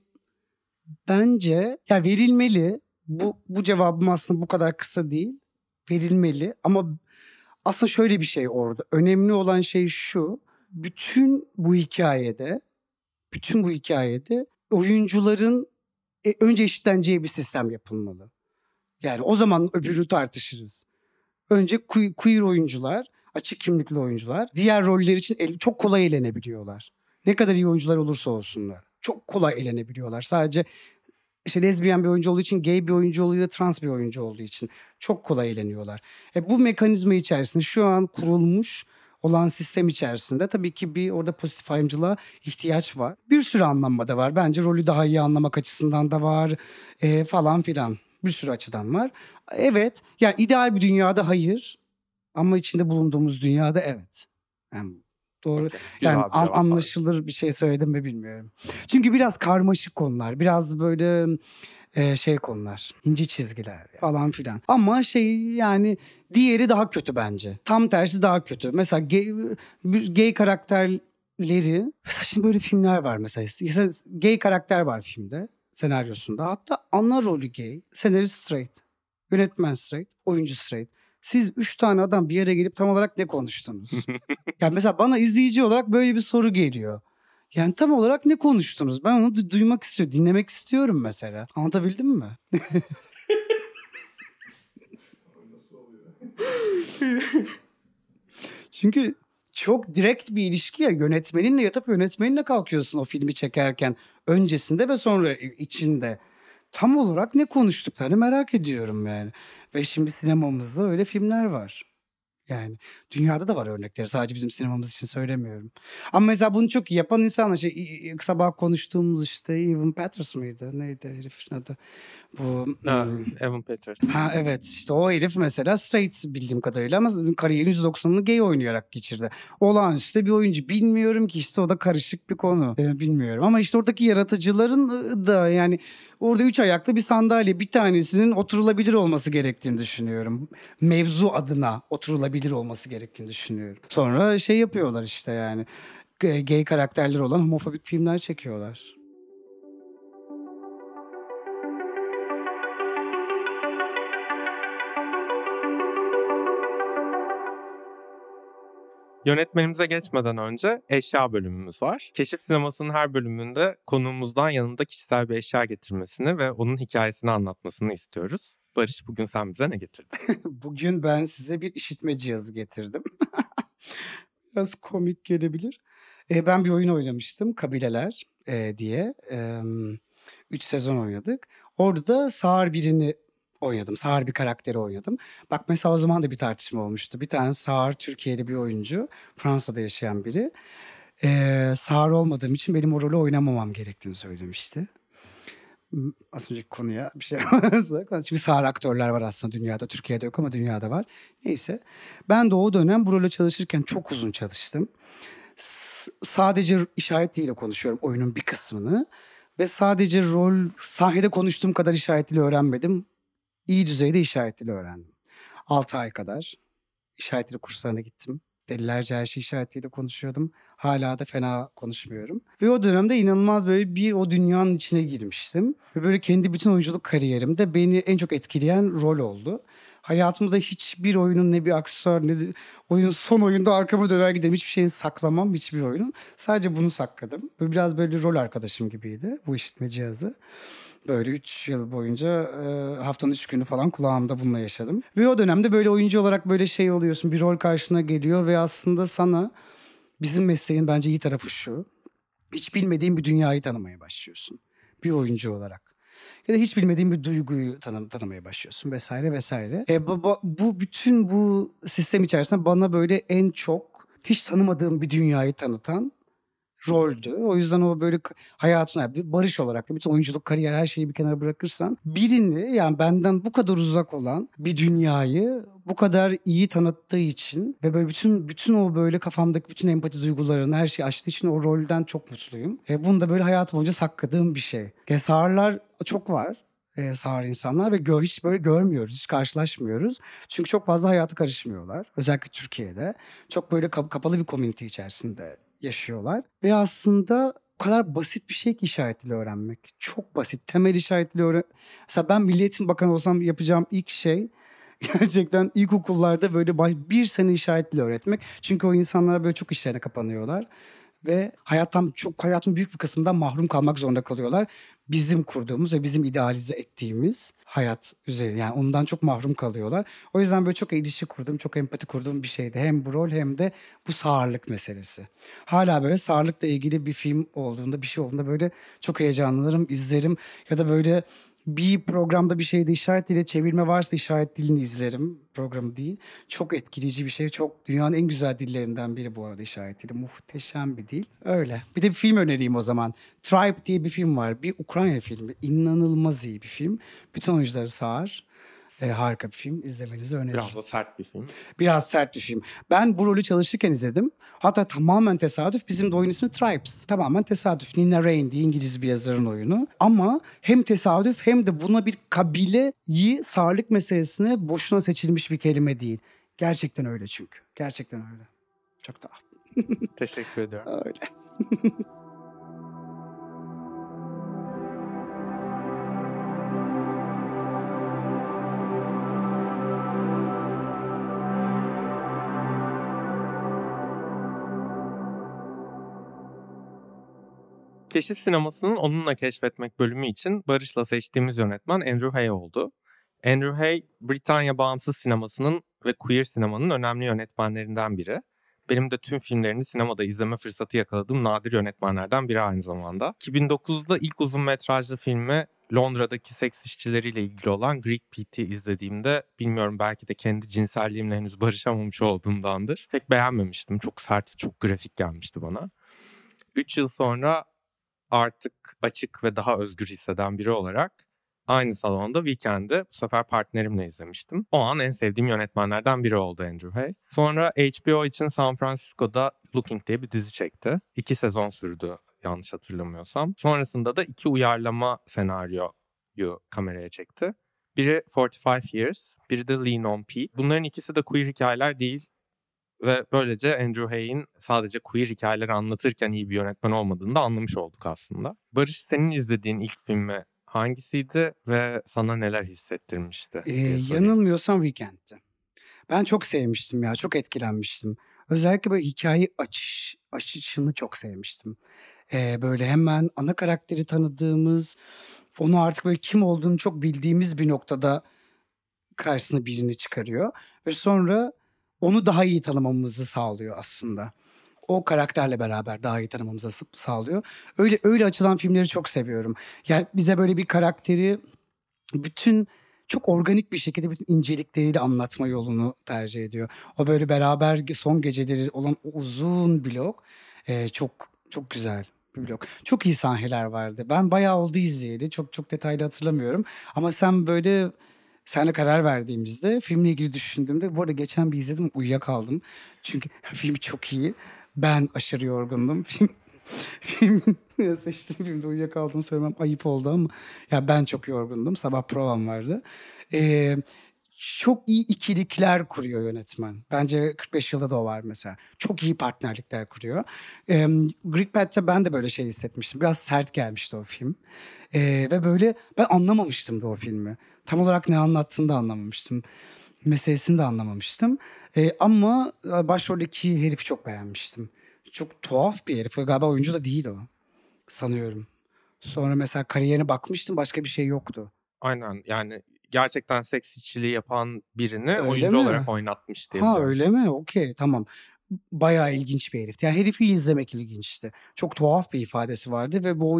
bence ya verilmeli. Bu cevabım aslında bu kadar kısa değil. Verilmeli ama aslında şöyle bir şey orada. Önemli olan şey şu. Bütün bu hikayede, bütün bu hikayede oyuncuların önce eşitleneceği bir sistem yapılmalı. Yani o zaman öbürü tartışırız. Önce queer oyuncular, açık kimlikli oyuncular diğer roller için çok kolay elenebiliyorlar. Ne kadar iyi oyuncular olursa olsunlar. Çok kolay elenebiliyorlar. Sadece işte lezbiyen bir oyuncu olduğu için, gay bir oyuncu olduğu ya da trans bir oyuncu olduğu için çok kolay eğleniyorlar. Bu mekanizma içerisinde şu an kurulmuş olan sistem içerisinde tabii ki bir orada pozitif ayrımcılığa ihtiyaç var. Bir sürü anlamda var. Bence rolü daha iyi anlamak açısından da var falan filan. Bir sürü açıdan var. Evet, yani ideal bir dünyada hayır ama içinde bulunduğumuz dünyada evet. Yani doğru. Okey. Yani Güzel bir cevap var. anlaşılır bir şey söyledim mi bilmiyorum. Çünkü biraz karmaşık konular. Biraz böyle şey konular. İnce çizgiler falan filan. Ama şey yani diğeri daha kötü bence. Tam tersi daha kötü. Mesela gay karakterleri mesela şimdi böyle filmler var mesela. Gay karakter var filmde senaryosunda. Hatta ana rolü gay. Senarist straight. Yönetmen straight. Oyuncu straight. Siz 3 tane adam bir yere gelip tam olarak ne konuştunuz? Yani mesela bana izleyici olarak böyle bir soru geliyor. Yani tam olarak ne konuştunuz? Ben onu duymak istiyorum, dinlemek istiyorum mesela. Anlatabildim mi? Çünkü çok direkt bir ilişki ya. Yönetmeninle yatıp yönetmeninle kalkıyorsun o filmi çekerken. Öncesinde ve sonra içinde. Tam olarak ne konuştuklarını merak ediyorum yani. Ve şimdi sinemamızda öyle filmler var. Yani dünyada da var örnekleri. Sadece bizim sinemamız için söylemiyorum. Ama mesela bunu çok iyi yapan insanlar sabah konuştuğumuz işte Evan Peters mıydı? Neydi herifin adı? Bu Evan Peters. ha evet işte o herif mesela straight bildiğim kadarıyla ama kariyerin %90'ını gay oynayarak geçirdi. Olağanüstü bir oyuncu. Bilmiyorum ki işte o da karışık bir konu. Bilmiyorum ama işte oradaki yaratıcıların da yani orada 3 ayaklı bir sandalye bir tanesinin oturulabilir olması gerektiğini düşünüyorum. Mevzu adına oturulabilir olması gerektiğini düşünüyorum. Sonra şey yapıyorlar işte yani gay karakterler olan homofobik filmler çekiyorlar. Yönetmenimize geçmeden önce eşya bölümümüz var. Keşif sinemasının her bölümünde konuğumuzdan yanında kişisel bir eşya getirmesini ve onun hikayesini anlatmasını istiyoruz. Barış, bugün sen bize ne getirdin? Bugün ben size bir işitme cihazı getirdim. Biraz komik gelebilir. Ben bir oyun oynamıştım, Kabileler diye. 3 sezon oynadık. Orada da Sağır birini oynadım. Sağır bir karakteri oynadım. Bak mesela o zaman da bir tartışma olmuştu. Bir tane Sağır Türkiye'li bir oyuncu, Fransa'da yaşayan biri. Sağır olmadığım için benim o rolü oynamamam gerektiğini söylemişti. Az önceki konuya bir şey yaparsak. Çünkü sağır aktörler var aslında dünyada. Türkiye'de yok ama dünyada var. Neyse. Ben de o dönem bu role çalışırken çok uzun çalıştım. Sadece işaret diliyle konuşuyorum oyunun bir kısmını. Ve sadece rol sahnede konuştuğum kadar işaret dili öğrenmedim. İyi düzeyde işaret dili öğrendim. 6 ay kadar işaret dili kurslarına gittim. Delilerce her şeyi işaretiyle konuşuyordum. Hala da fena konuşmuyorum. Ve o dönemde inanılmaz böyle bir o dünyanın içine girmiştim. Ve böyle kendi bütün oyunculuk kariyerimde beni en çok etkileyen rol oldu. Hayatımda hiçbir oyunun ne bir aksesuar ne de oyun son oyunda arkama döner giderim. Hiçbir şeyin saklamam hiçbir oyunun. Sadece bunu sakladım. Ve biraz böyle rol arkadaşım gibiydi bu işitme cihazı. Böyle 3 yıl boyunca haftanın 3 günü falan kulağımda bununla yaşadım. Ve o dönemde böyle oyuncu olarak böyle şey oluyorsun. Bir rol karşına geliyor ve aslında sana bizim mesleğin bence iyi tarafı şu. Hiç bilmediğin bir dünyayı tanımaya başlıyorsun. Bir oyuncu olarak. Ya da hiç bilmediğin bir duyguyu tanımaya başlıyorsun vesaire vesaire. Bu bütün bu sistem içerisinde bana böyle en çok hiç tanımadığım bir dünyayı tanıtan roldü. O yüzden o böyle hayatına bir Barış olarak da bütün oyunculuk, kariyer her şeyi bir kenara bırakırsan birini yani benden bu kadar uzak olan bir dünyayı bu kadar iyi tanıttığı için ve böyle bütün o böyle kafamdaki bütün empati duygularını her şeyi açtığı için o rolden çok mutluyum. Bunu da böyle hayatım boyunca sakladığım bir şey. Sağırlar çok var. Sağır insanlar ve hiç böyle görmüyoruz, hiç karşılaşmıyoruz. Çünkü çok fazla hayata karışmıyorlar. Özellikle Türkiye'de. Çok böyle kapalı bir komünite içerisinde yaşıyorlar. Ve aslında o kadar basit bir şey ki işaret dili öğrenmek. Çok basit. Temel işaret dili Mesela ben Milli Eğitim Bakanı olsam yapacağım ilk şey gerçekten ilkokullarda böyle bir sene işaret dili öğretmek. Çünkü o insanlar böyle çok işlerine kapanıyorlar. Ve hayatın büyük bir kısmından mahrum kalmak zorunda kalıyorlar. Bizim kurduğumuz ve bizim idealize ettiğimiz hayat üzerine yani ondan çok mahrum kalıyorlar. O yüzden böyle çok ilişki kurdum, çok empati kurduğum bir şeydi. Hem bu rol hem de bu sağırlık meselesi. Hala böyle sağırlıkla ilgili bir film olduğunda, bir şey olduğunda böyle çok heyecanlanırım, izlerim. Ya da böyle bir programda bir şeyde işaret diliyle çevirme varsa işaret dilini izlerim. Programı değil. Çok etkileyici bir şey. Çok dünyanın en güzel dillerinden biri bu arada işaret dili. Muhteşem bir dil. Öyle. Bir de bir film önereyim o zaman. Tribe diye bir film var. Bir Ukrayna filmi. İnanılmaz iyi bir film. Bütün oyuncuları sağır. Harika bir film. İzlemenizi öneririm. Biraz da sert bir film. Biraz sert bir film. Ben bu rolü çalışırken izledim. Hatta tamamen tesadüf. Bizim de oyun ismi Tribes. Tamamen tesadüf. Nina Rain diye İngiliz bir yazarın oyunu. Ama hem tesadüf hem de buna bir kabileyi sağırlık meselesine boşuna seçilmiş bir kelime değil. Gerçekten öyle çünkü. Gerçekten öyle. Çok da Teşekkür ediyorum. öyle. Keşif sinemasının onunla keşfetmek bölümü için Barış'la seçtiğimiz yönetmen Andrew Hay oldu. Andrew Hay, Britanya bağımsız sinemasının ve queer sinemanın önemli yönetmenlerinden biri. Benim de tüm filmlerini sinemada izleme fırsatı yakaladığım nadir yönetmenlerden biri aynı zamanda. 2009'da ilk uzun metrajlı filmi Londra'daki seks işçileriyle ilgili olan Greek P.T. izlediğimde bilmiyorum belki de kendi cinselliğimle henüz barışamamış olduğumdandır. Pek beğenmemiştim. Çok sert, çok grafik gelmişti bana. 3 yıl sonra artık açık ve daha özgür hisseden biri olarak aynı salonda Weekend'i bu sefer partnerimle izlemiştim. O an en sevdiğim yönetmenlerden biri oldu Andrew Hay. Sonra HBO için San Francisco'da Looking diye bir dizi çekti. 2 sezon sürdü yanlış hatırlamıyorsam. Sonrasında da 2 uyarlama senaryoyu kameraya çekti. Biri 45 Years, biri de Lean on P. Bunların ikisi de queer hikayeler değil. Ve böylece Andrew Hay'in sadece queer hikayeleri anlatırken iyi bir yönetmen olmadığını da anlamış olduk aslında. Barış, senin izlediğin ilk filmi hangisiydi ve sana neler hissettirmişti diye sorayım. Yanılmıyorsam Weekend'ti. Ben çok sevmiştim ya. Çok etkilenmiştim. Özellikle böyle hikaye açışını çok sevmiştim. Böyle hemen ana karakteri tanıdığımız, onu artık böyle kim olduğunu çok bildiğimiz bir noktada karşısına birini çıkarıyor ve sonra onu daha iyi tanımamızı sağlıyor aslında. O karakterle beraber daha iyi tanımamızı sağlıyor. Öyle açılan filmleri çok seviyorum. Yani bize böyle bir karakteri bütün çok organik bir şekilde bütün incelikleriyle anlatma yolunu tercih ediyor. O böyle beraber son geceleri olan o uzun blok çok çok güzel bir blok. Çok iyi sahneler vardı. Ben bayağı oldu izleyeli. Çok çok detaylı hatırlamıyorum. Ama sen böyle seninle karar verdiğimizde filmle ilgili düşündüğümde bu arada geçen bir izledim uyuyakaldım. Çünkü film çok iyi. Ben aşırı yorgundum. Filmin seçtiğim filmde uyuyakaldığımı söylemem ayıp oldu ama ya ben çok yorgundum. Sabah provam vardı. Ee, Çok iyi ikilikler kuruyor yönetmen. Bence 45 yılda da o var mesela. Çok iyi partnerlikler kuruyor. Greek Path'te ben de böyle şey hissetmiştim. Biraz sert gelmişti o film. Ve böyle ben anlamamıştım da o filmi. Tam olarak ne anlattığını da anlamamıştım. Meselesini de anlamamıştım. Ama başroldeki herifi çok beğenmiştim. Çok tuhaf bir herif. Galiba oyuncu da değil o. Sanıyorum. Sonra mesela kariyerine bakmıştım başka bir şey yoktu. Aynen, yani gerçekten seks işçiliği yapan birini Öyle oyuncu olarak mi? oynatmış diye Ha biliyorum. öyle mi? Okey tamam. Bayağı ilginç bir herifti. Yani herifi izlemek ilginçti. Çok tuhaf bir ifadesi vardı ve bu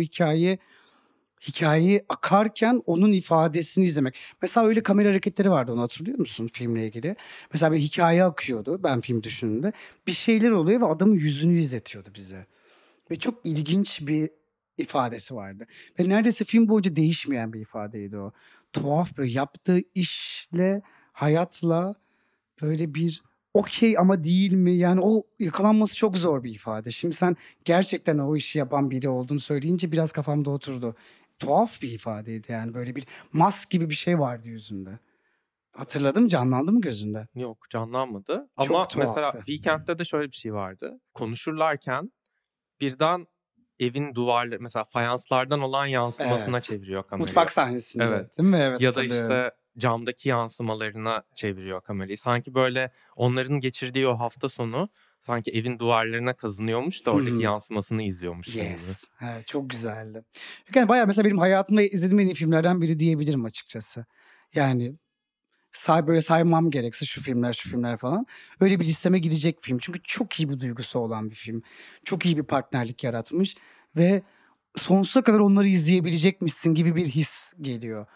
hikayeyi akarken onun ifadesini izlemek. Mesela öyle kamera hareketleri vardı onu hatırlıyor musun filmle ilgili? Mesela bir hikaye akıyordu ben film düşündüğümde. Bir şeyler oluyor ve adamın yüzünü izletiyordu bize. Ve çok ilginç bir ifadesi vardı. Ve neredeyse film boyunca değişmeyen bir ifadeydi o. Tuhaf böyle yaptığı işle, hayatla böyle bir okey ama değil mi? Yani o yakalanması çok zor bir ifade. Şimdi sen gerçekten o işi yapan biri olduğunu söyleyince biraz kafamda oturdu. Tuhaf bir ifadeydi yani böyle bir mask gibi bir şey vardı yüzünde. Hatırladım canlandı mı gözünde? Yok, canlanmadı. Ama Çok mesela tuhaftı. Weekend'de de şöyle bir şey vardı. Konuşurlarken birden evin duvarları mesela fayanslardan olan yansımasına Evet. çeviriyor kamerayı. Mutfak sahnesinde Evet. değil mi? Evet Ya da hatırlıyorum. işte camdaki yansımalarına çeviriyor kamerayı. Sanki böyle onların geçirdiği o hafta sonu sanki evin duvarlarına kazınıyormuş da oradaki yansımasını izliyormuşsun gibi. Yes. Evet, çok güzeldi. Yani bayağı mesela benim hayatımda izlediğim en iyi filmlerden biri diyebilirim açıkçası. Yani böyle saymam gerekse şu filmler falan. Öyle bir listeme girecek film. Çünkü çok iyi bir duygusu olan bir film. Çok iyi bir partnerlik yaratmış ve sonsuza kadar onları izleyebilecekmişsin gibi bir his geliyor.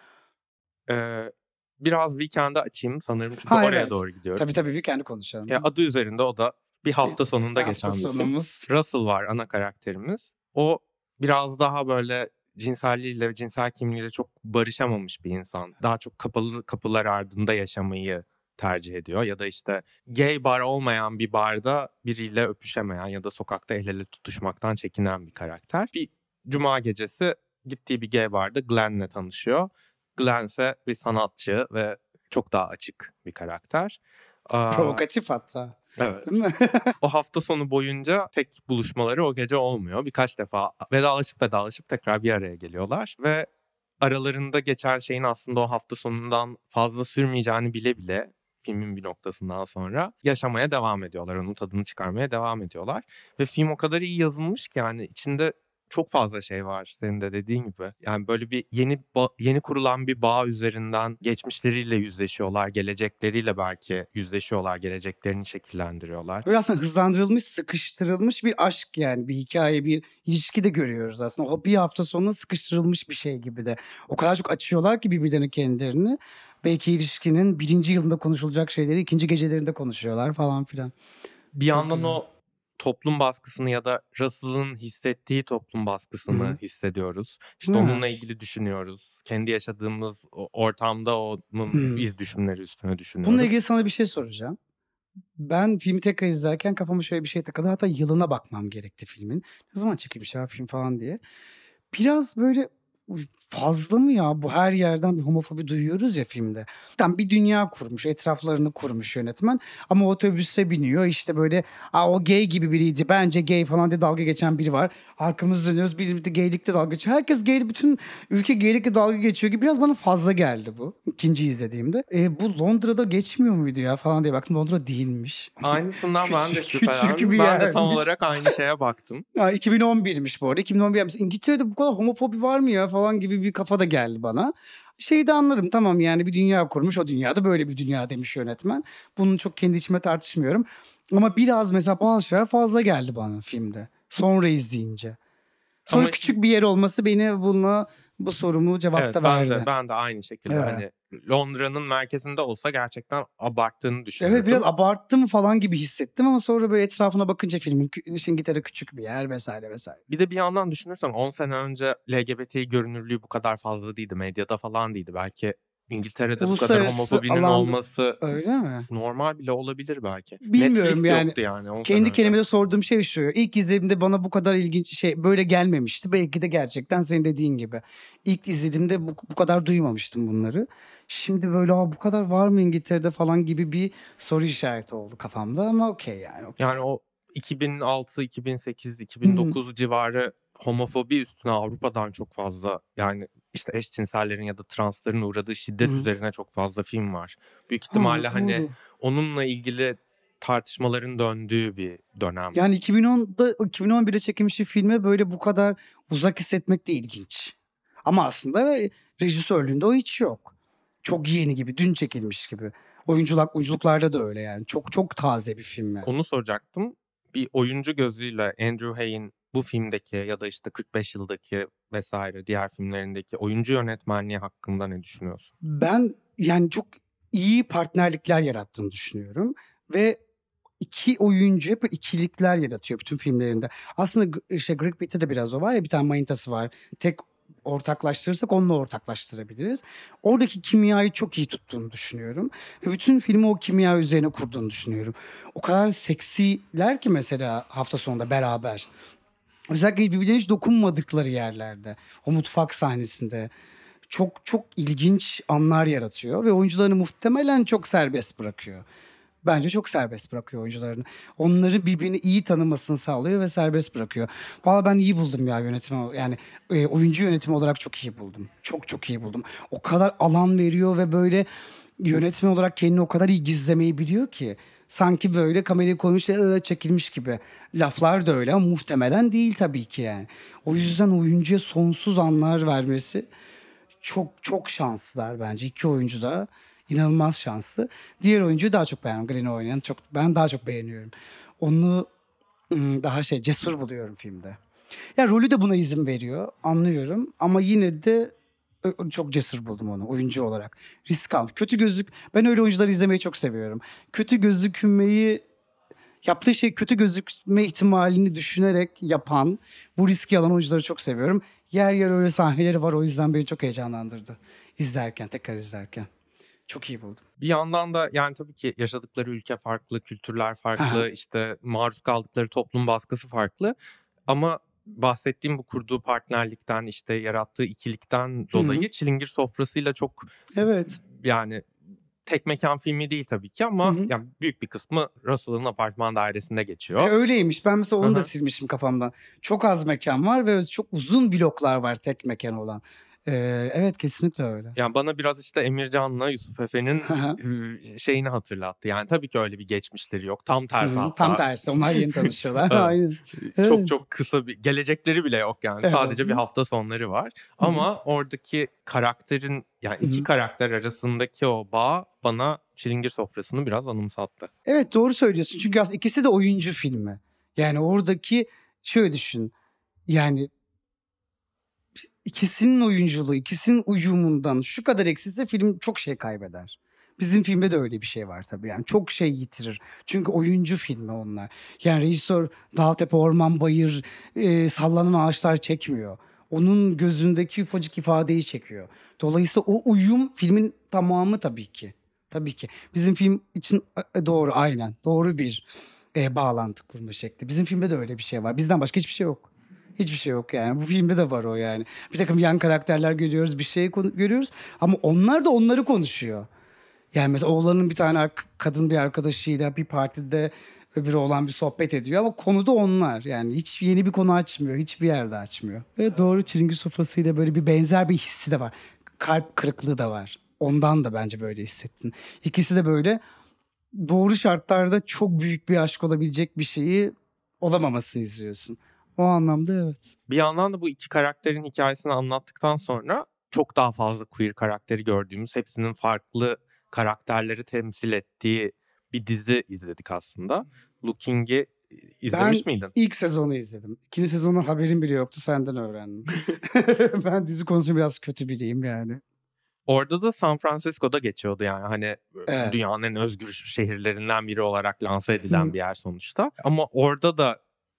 Ee, Biraz Weekend'i açayım sanırım çünkü Ha oraya evet. doğru Tabii gidiyoruz. tabii bir kendi Ya konuşalım. adı üzerinde o da bir hafta Bir sonunda hafta geçen bir film. sonumuz. Russell var ana karakterimiz. O biraz daha böyle cinselliğiyle ve cinsel kimliğiyle çok barışamamış bir insan. Daha çok kapalı kapılar ardında yaşamayı tercih ediyor. Ya da işte gay bar olmayan bir barda biriyle öpüşemeyen ya da sokakta el ele tutuşmaktan çekinen bir karakter. Bir cuma gecesi gittiği bir gay barda Glenn'le tanışıyor. Glenn ise bir sanatçı ve çok daha açık bir karakter. Provokatif hatta. Evet. Değil mi? O hafta sonu boyunca tek buluşmaları o gece olmuyor. Birkaç defa vedalaşıp tekrar bir araya geliyorlar ve aralarında geçen şeyin aslında o hafta sonundan fazla sürmeyeceğini bile bile filmin bir noktasından sonra yaşamaya devam ediyorlar. Onun tadını çıkarmaya devam ediyorlar. Ve film o kadar iyi yazılmış ki yani içinde çok fazla şey var senin de dediğin gibi. Yani böyle bir yeni kurulan bir bağ üzerinden geçmişleriyle yüzleşiyorlar, gelecekleriyle belki yüzleşiyorlar, geleceklerini şekillendiriyorlar. Böyle aslında hızlandırılmış, sıkıştırılmış bir aşk yani bir hikaye, bir ilişki de görüyoruz aslında. O bir hafta sonuna sıkıştırılmış bir şey gibi de. O kadar çok açıyorlar ki birbirlerine kendilerini. Belki ilişkinin birinci yılında konuşulacak şeyleri ikinci gecelerinde konuşuyorlar falan filan. Bir Çok yandan güzel. o toplum baskısını ya da Russell'ın hissettiği toplum Hı baskısını hı. hissediyoruz. İşte Ha. onunla ilgili düşünüyoruz. Kendi yaşadığımız ortamda onun Hı. iz düşümleri üstüne Bununla düşünüyoruz. ilgili sana bir şey soracağım. Ben filmi tekrar izlerken kafama şöyle bir şey takıldı. Hatta yılına bakmam gerekti filmin. Ne zaman çekilmiş ya film falan diye. Biraz böyle fazla mı ya? Bu her yerden bir homofobi duyuyoruz ya filmde. Tam bir dünya kurmuş, etraflarını kurmuş yönetmen. Ama otobüse biniyor işte böyle o gay gibi biriydi. Bence gay falan diye dalga geçen biri var. Arkamızda dönüyoruz biri de gaylikle dalga geçiyor. Herkes gay, bütün ülke gaylikle dalga geçiyor gibi biraz bana fazla geldi bu. İkinci izlediğimde. Bu Londra'da geçmiyor muydu ya falan diye baktım. Londra değilmiş. Aynısından ben de Küçük bir şüphelendim. Ben de tam yermiş. olarak aynı şeye baktım. Ya 2011'miş bu arada. 2011 yapmış. İngiltere'de bu kadar homofobi var mı ya falan gibi bir kafa da geldi bana. şeyi de anladım, tamam yani bir dünya kurmuş, o dünyada böyle bir dünya demiş yönetmen. Bunu çok kendi içime tartışmıyorum. Ama biraz mesela bazı şeyler fazla geldi bana filmde. Sonra izleyince. Sonra Ama küçük bir yer olması beni bu sorumu evet, cevapta ben de verdi. ben de aynı şekilde Evet. hani Londra'nın merkezinde olsa gerçekten abarttığını Evet, biraz düşünürdüm. abarttı mı falan gibi hissettim ama sonra böyle etrafına bakınca filmin İngiltere küçük bir yer vesaire vesaire. Bir de bir yandan düşünürsen 10 sene önce LGBT görünürlüğü bu kadar fazla değildi. Medyada falan değildi. Belki İngiltere'de bu kadar Uluslararası homofobinin alanda olması öyle mi? normal bile olabilir belki. Bilmiyorum Netflix yani. yoktu yani 10 sene Kendi önce. kendime sorduğum şey şu. İlk izlediğimde bana bu kadar ilginç böyle gelmemişti. Belki de gerçekten senin dediğin gibi. İlk izlediğimde bu kadar duymamıştım bunları. Şimdi böyle bu kadar var mı İngiltere'de falan gibi bir soru işareti oldu kafamda ama okey yani okey. Yani o 2006, 2008, Hı hı. 2009 civarı homofobi üstüne Avrupa'dan çok fazla yani işte eşcinsellerin ya da transların uğradığı Hı şiddet hı. üzerine çok fazla film var. Büyük Ha, ihtimalle hani doğru. onunla ilgili tartışmaların döndüğü bir dönem. Yani 2010'da 2011'de çekilmiş bir filme böyle bu kadar uzak hissetmek de ilginç. Ama aslında rejisörlüğünde o hiç yok. Çok yeni gibi, dün çekilmiş gibi. Oyunculuklarda da öyle yani. Çok çok taze bir film yani. Onu soracaktım. Bir oyuncu gözüyle Andrew Hay'in bu filmdeki ya da işte 45 yıldaki vesaire diğer filmlerindeki oyuncu yönetmenliği hakkında ne düşünüyorsun? Ben yani çok iyi partnerlikler yarattığını düşünüyorum ve iki oyuncu hep böyle ikilikler yaratıyor bütün filmlerinde. Aslında Greg Pitt'te de biraz o var ya, bir tane manitası var. Tek ortaklaştırırsak onunla ortaklaştırabiliriz. Oradaki kimyayı çok iyi tuttuğunu düşünüyorum. Ve bütün filmi o kimya üzerine kurduğunu düşünüyorum. O kadar seksiler ki mesela hafta sonunda beraber. Özellikle birbirine hiç dokunmadıkları yerlerde. O mutfak sahnesinde. Çok çok ilginç anlar yaratıyor ve oyuncularını muhtemelen çok serbest bırakıyor. Bence çok serbest bırakıyor oyuncularını. Onları birbirini iyi tanımasını sağlıyor ve serbest bırakıyor. Valla ben iyi buldum ya yönetimi. Yani oyuncu yönetimi olarak çok iyi buldum. Çok çok iyi buldum. O kadar alan veriyor ve böyle yönetmen olarak kendini o kadar iyi gizlemeyi biliyor ki. Sanki böyle kamerayı koymuş çekilmiş gibi. Laflar da öyle ama muhtemelen değil tabii ki yani. O yüzden oyuncuya sonsuz anlar vermesi çok çok şanslılar bence. İki oyuncu da inanılmaz şanslı. Diğer oyuncuyu daha çok beğendim. Green'i oynayan ben daha çok beğeniyorum. Onu daha cesur buluyorum filmde. Ya rolü de buna izin veriyor. Anlıyorum ama yine de çok cesur buldum onu oyuncu olarak. Risk al. Ben öyle oyuncuları izlemeyi çok seviyorum. Kötü gözükmeyi yaptığı şey kötü gözükme ihtimalini düşünerek yapan, bu riski alan oyuncuları çok seviyorum. Yer yer öyle sahneleri var, o yüzden beni çok heyecanlandırdı. Tekrar izlerken. Çok iyi buldum. Bir yandan da yani tabii ki yaşadıkları ülke farklı, kültürler Aha. farklı, işte maruz kaldıkları toplum baskısı farklı. Ama bahsettiğim bu kurduğu partnerlikten, işte yarattığı ikilikten Hı hı. dolayı Çilingir Sofrası'yla çok Evet. yani tek mekan filmi değil tabii ki Hı ama hı. yani büyük bir kısmı Russell'ın apartman dairesinde geçiyor. Öyleymiş. Ben mesela Hı onu da hı. silmişim kafamdan. Çok az mekan var ve çok uzun bloklar var tek mekan olan. Evet, kesinlikle öyle. Yani bana biraz işte Emircan'la Yusuf Efe'nin Hı hı. şeyini hatırlattı. Yani tabii ki öyle bir geçmişleri yok. Tam Hı tersi hı. Tam hatta. tersi. Onlar yeni tanışıyorlar. Evet. Aynen. Çok Evet. çok kısa bir gelecekleri bile yok yani. Evet. Sadece bir hafta sonları var. Hı hı. Ama oradaki karakterin yani Hı iki hı. karakter arasındaki o bağ bana Çilingir Sofrası'nı biraz anımsattı. Evet, doğru söylüyorsun. Çünkü aslında ikisi de oyuncu filmi. Yani oradaki şöyle düşün. Yani ikisinin oyunculuğu, ikisinin uyumundan şu kadar eksilse film çok şey kaybeder. Bizim filmde de öyle bir şey var tabii. Yani çok şey yitirir. Çünkü oyuncu filmi onlar. Yani rejisör dağ tepe orman bayır sallanan ağaçlar çekmiyor. Onun gözündeki ufacık ifadeyi çekiyor. Dolayısıyla o uyum filmin tamamı tabii ki. Tabii ki. Bizim film için doğru, aynen. Doğru bir bağlantı kurma şekli. Bizim filmde de öyle bir şey var. Bizden başka hiçbir şey yok. Hiçbir şey yok yani. Bu filmde de var o yani. Bir takım yan karakterler görüyoruz, bir şey görüyoruz. Ama onlar da onları konuşuyor. Yani mesela oğlanın bir tane kadın bir arkadaşıyla bir partide öbürü olan bir sohbet ediyor. Ama konu da onlar. Yani hiç yeni bir konu açmıyor. Hiçbir yerde açmıyor. Ve doğru, çilingir sofrasıyla böyle bir benzer bir hissi de var. Kalp kırıklığı da var. Ondan da bence böyle hissettin. İkisi de böyle doğru şartlarda çok büyük bir aşk olabilecek bir şeyi olamamasını izliyorsun. O anlamda evet. Bir yandan da bu iki karakterin hikayesini anlattıktan sonra çok daha fazla queer karakteri gördüğümüz, hepsinin farklı karakterleri temsil ettiği bir dizi izledik aslında. Looking'i izlemiş Ben miydin? ilk sezonu izledim. İkinci sezonun haberim bile yoktu. Senden öğrendim. Ben dizi konusunda biraz kötü biriyim yani. Orada da San Francisco'da geçiyordu yani hani Evet. dünyanın en özgür şehirlerinden biri olarak lanse Hı. edilen bir yer sonuçta. Ama orada da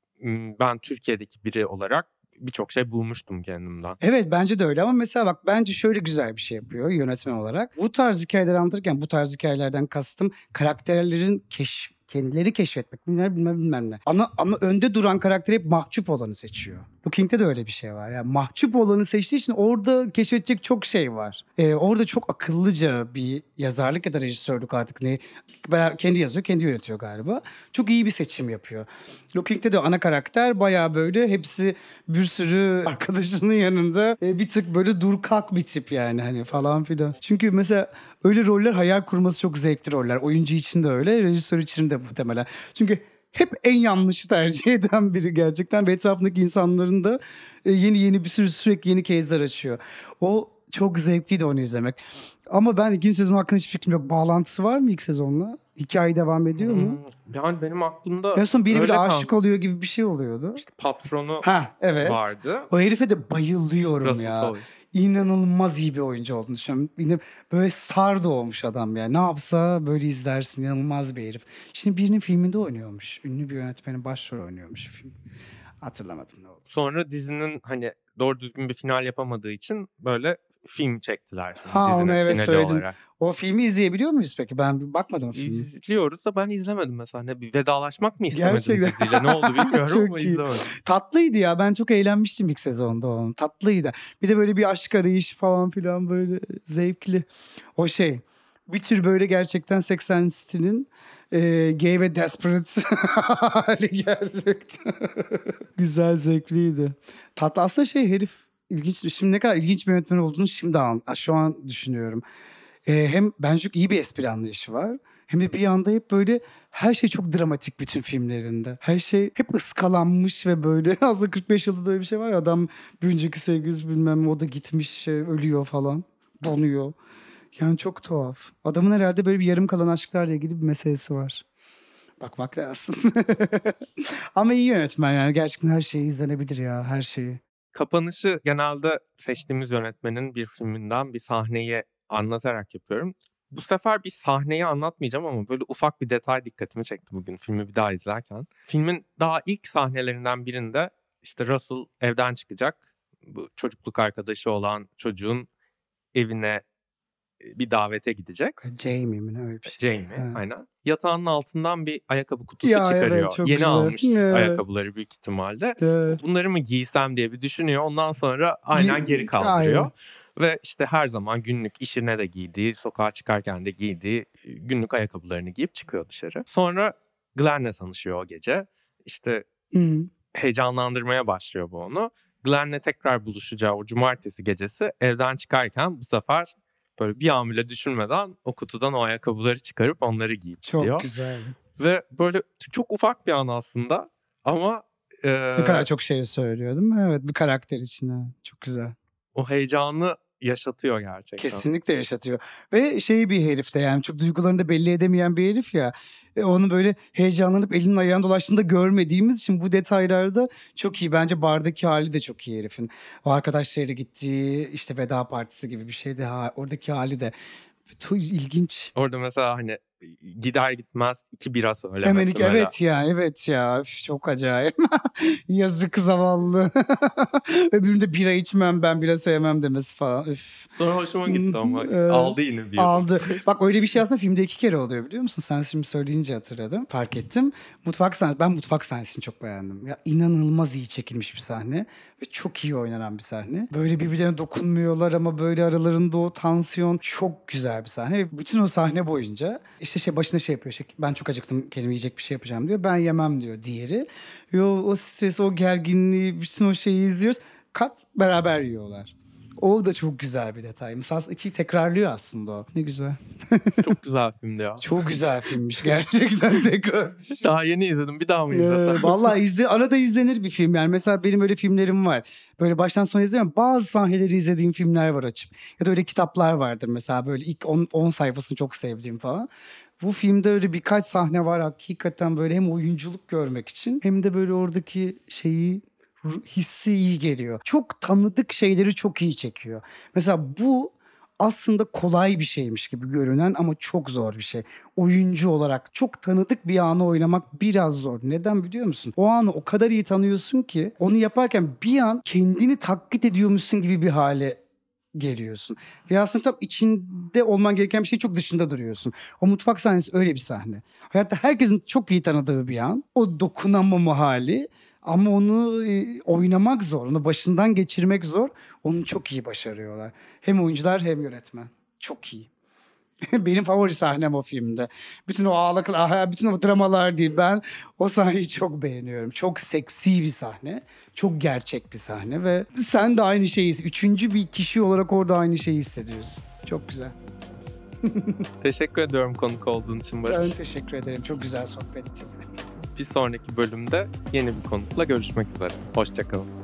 ben Türkiye'deki biri olarak birçok şey bulmuştum kendimden. Evet, bence de öyle ama mesela bak, bence şöyle güzel bir şey yapıyor yönetmen olarak. Bu tarz hikayeleri anlatırken, bu tarz hikayelerden kastım karakterlerin kendileri keşfetmek, bilmem ne. Ama önde duran karakteri hep mahcup olanı seçiyor. Looking'de de öyle bir şey var. Yani mahcup olanı seçtiği için orada keşfedecek çok şey var. Orada çok akıllıca bir yazarlık ya da rejisörlük, artık ne, kendi yazıyor, kendi yönetiyor galiba. Çok iyi bir seçim yapıyor. Looking'de de ana karakter bayağı böyle hepsi bir sürü arkadaşının yanında bir tık böyle dur kalk bir tip yani, hani falan filan. Çünkü mesela öyle roller hayal kurması çok zevkli roller. Oyuncu için de öyle, rejisör için de muhtemelen. Çünkü hep en yanlışı tercih eden biri gerçekten ve etrafındaki insanların da yeni bir sürü, sürekli yeni case'ler açıyor. O çok zevkliydi onu izlemek. Ama ben ikinci sezon hakkında hiçbir fikrim yok. Bağlantısı var mı ilk sezonla? Hikaye devam ediyor mu? Yani benim aklımda En son biri öyle aşık oluyor gibi bir şey oluyordu. İşte patronu Evet. vardı. O herife de bayılıyorum Russell ya. Crowe. İnanılmaz iyi bir oyuncu olduğunu düşünüyorum. Yine böyle star doğmuş adam yani. Ne yapsa böyle izlersin. İnanılmaz bir herif. Şimdi birinin filminde oynuyormuş. Ünlü bir yönetmenin başrol oynuyormuş film. Hatırlamadım ne oldu. Sonra dizinin hani doğru düzgün bir final yapamadığı için böyle film çektiler şimdi Ha, dizinin onu evet finali söyledin. olarak. O filmi izleyebiliyor muyuz peki? Ben bakmadım o filmi. İzliyoruz da ben izlemedim mesela. Ne, bir vedalaşmak mı istemedim Gerçekten. diziyle? Ne oldu bilmiyorum Çok ama iyi. izlemedim. Tatlıydı ya. Ben çok eğlenmiştim ilk sezonda onun. Tatlıydı. Bir de böyle bir aşk arayışı falan filan, böyle zevkli. O şey. Bir tür böyle gerçekten Sex and the City'nin gay ve desperate hali gerçekten. Güzel, zevkliydi. Tatlı aslında herif ilginç. Şimdi ne kadar ilginç bir yönetmen olduğunu şu an düşünüyorum. Hem bence çok iyi bir espri anlayışı var. Hem de bir yanda hep böyle her şey çok dramatik bütün filmlerinde. Her şey hep ıskalanmış ve böyle aslında 45 yılda da öyle bir şey var ya, adam bir önceki sevgilisi bilmem ne, o da gitmiş, ölüyor falan, donuyor. Yani çok tuhaf. Adamın herhalde böyle bir yarım kalan aşklarla ilgili bir meselesi var. Bakmak lazım. Ama iyi yönetmen yani, gerçekten her şeyi izlenebilir ya, her şeyi. Kapanışı genelde seçtiğimiz yönetmenin bir filminden bir sahneyi anlatarak yapıyorum. Bu sefer bir sahneyi anlatmayacağım ama böyle ufak bir detay dikkatimi çekti bugün filmi bir daha izlerken. Filmin daha ilk sahnelerinden birinde işte Russell evden çıkacak. Bu çocukluk arkadaşı olan çocuğun evine bir davete gidecek. Jamie mi ne, öyle bir şey. Jamie, aynen. Yatağının altından bir ayakkabı kutusu Ya evet, çıkarıyor. çok Yeni güzel. almış Evet. ayakkabıları büyük ihtimalle. Evet. Bunları mı giysem diye bir düşünüyor. Ondan sonra aynen geri kaldırıyor. Aynen. Ve işte her zaman günlük işine de giydiği, sokağa çıkarken de giydiği günlük ayakkabılarını giyip çıkıyor dışarı. Sonra Glenn'le tanışıyor o gece. İşte Hı. heyecanlandırmaya başlıyor bu onu. Glenn'le tekrar buluşacağı o cumartesi gecesi evden çıkarken bu sefer böyle bir an bile düşünmeden o kutudan o ayakkabıları çıkarıp onları giyip Çok gidiyor. güzel. Ve böyle çok ufak bir an aslında ama Ne kadar çok şey söylüyor değil mi? Evet, bir karakter için. Evet. Çok güzel. o heyecanı yaşatıyor gerçekten. Kesinlikle yaşatıyor. Ve bir herif de yani, çok duygularını da belli edemeyen bir herif ya. Onu böyle heyecanlanıp elinin ayağını dolaştığında görmediğimiz için bu detaylarda çok iyi. Bence bardaki hali de çok iyi herifin. O arkadaşlarıyla gittiği işte veda partisi gibi bir şeydi. Oradaki hali de çok ilginç. Orada mesela hani gider gitmez 2 bira söylemesi. Hemen evet ya Üf, çok acayip. Yazık zavallı. Öbüründe bira içmem, ben bira sevmem demesi falan. Üf. Sonra hoşuma gitti ama aldı yine bir. Aldı. Bak, öyle bir şey aslında filmde 2 kere oluyor, biliyor musun? Sen şimdi söyleyince hatırladım. Fark ettim. Ben mutfak sahnesini çok beğendim. Ya inanılmaz iyi çekilmiş bir sahne. Ve çok iyi oynanan bir sahne. Böyle birbirlerine dokunmuyorlar ama böyle aralarında o tansiyon, çok güzel bir sahne. Bütün o sahne boyunca işte başına yapıyor. Ben çok acıktım, kendime yiyecek bir şey yapacağım diyor. Ben yemem diyor diğeri. O stresi, o gerginliği, bütün o şeyi izliyoruz. Beraber yiyorlar. O da çok güzel bir detay. Mesela ikiyi tekrarlıyor aslında o. Ne güzel. Çok güzel filmdi ya. Çok güzel filmmiş gerçekten tekrar. Daha yeni izledim. Bir daha mı izlesem? Vallahi arada izlenir bir film yani. Mesela benim öyle filmlerim var. Böyle baştan sona izlemiyorum. Bazı sahneleri izlediğim filmler var açıp. Ya da öyle kitaplar vardır mesela böyle ilk 10 sayfasını çok sevdiğim falan. Bu filmde öyle birkaç sahne var hakikaten böyle hem oyunculuk görmek için hem de böyle oradaki hissi iyi geliyor. Çok tanıdık şeyleri çok iyi çekiyor. Mesela bu aslında kolay bir şeymiş gibi görünen ama çok zor bir şey. Oyuncu olarak çok tanıdık bir anı oynamak biraz zor. Neden biliyor musun? O anı o kadar iyi tanıyorsun ki onu yaparken bir an kendini taklit ediyormuşsun gibi bir hale geliyorsun. Ve aslında tam içinde olman gereken bir şey çok dışında duruyorsun. O mutfak sahnesi öyle bir sahne. Hayatta herkesin çok iyi tanıdığı bir an. O dokunamama hali. Ama onu oynamak zor. Onu başından geçirmek zor. Onu çok iyi başarıyorlar. Hem oyuncular hem yönetmen. Çok iyi. Benim favori sahnem o filmde. Bütün o ağlıklar, bütün o dramalar değil. Ben o sahneyi çok beğeniyorum. Çok seksi bir sahne. Çok gerçek bir sahne ve sen de aynı şeyi, üçüncü bir kişi olarak orada aynı şeyi hissediyorsun. Çok güzel. Teşekkür ediyorum konuk olduğun için Barış. Ben teşekkür ederim. Çok güzel sohbetti. Bir sonraki bölümde yeni bir konukla görüşmek üzere. Hoşça kalın.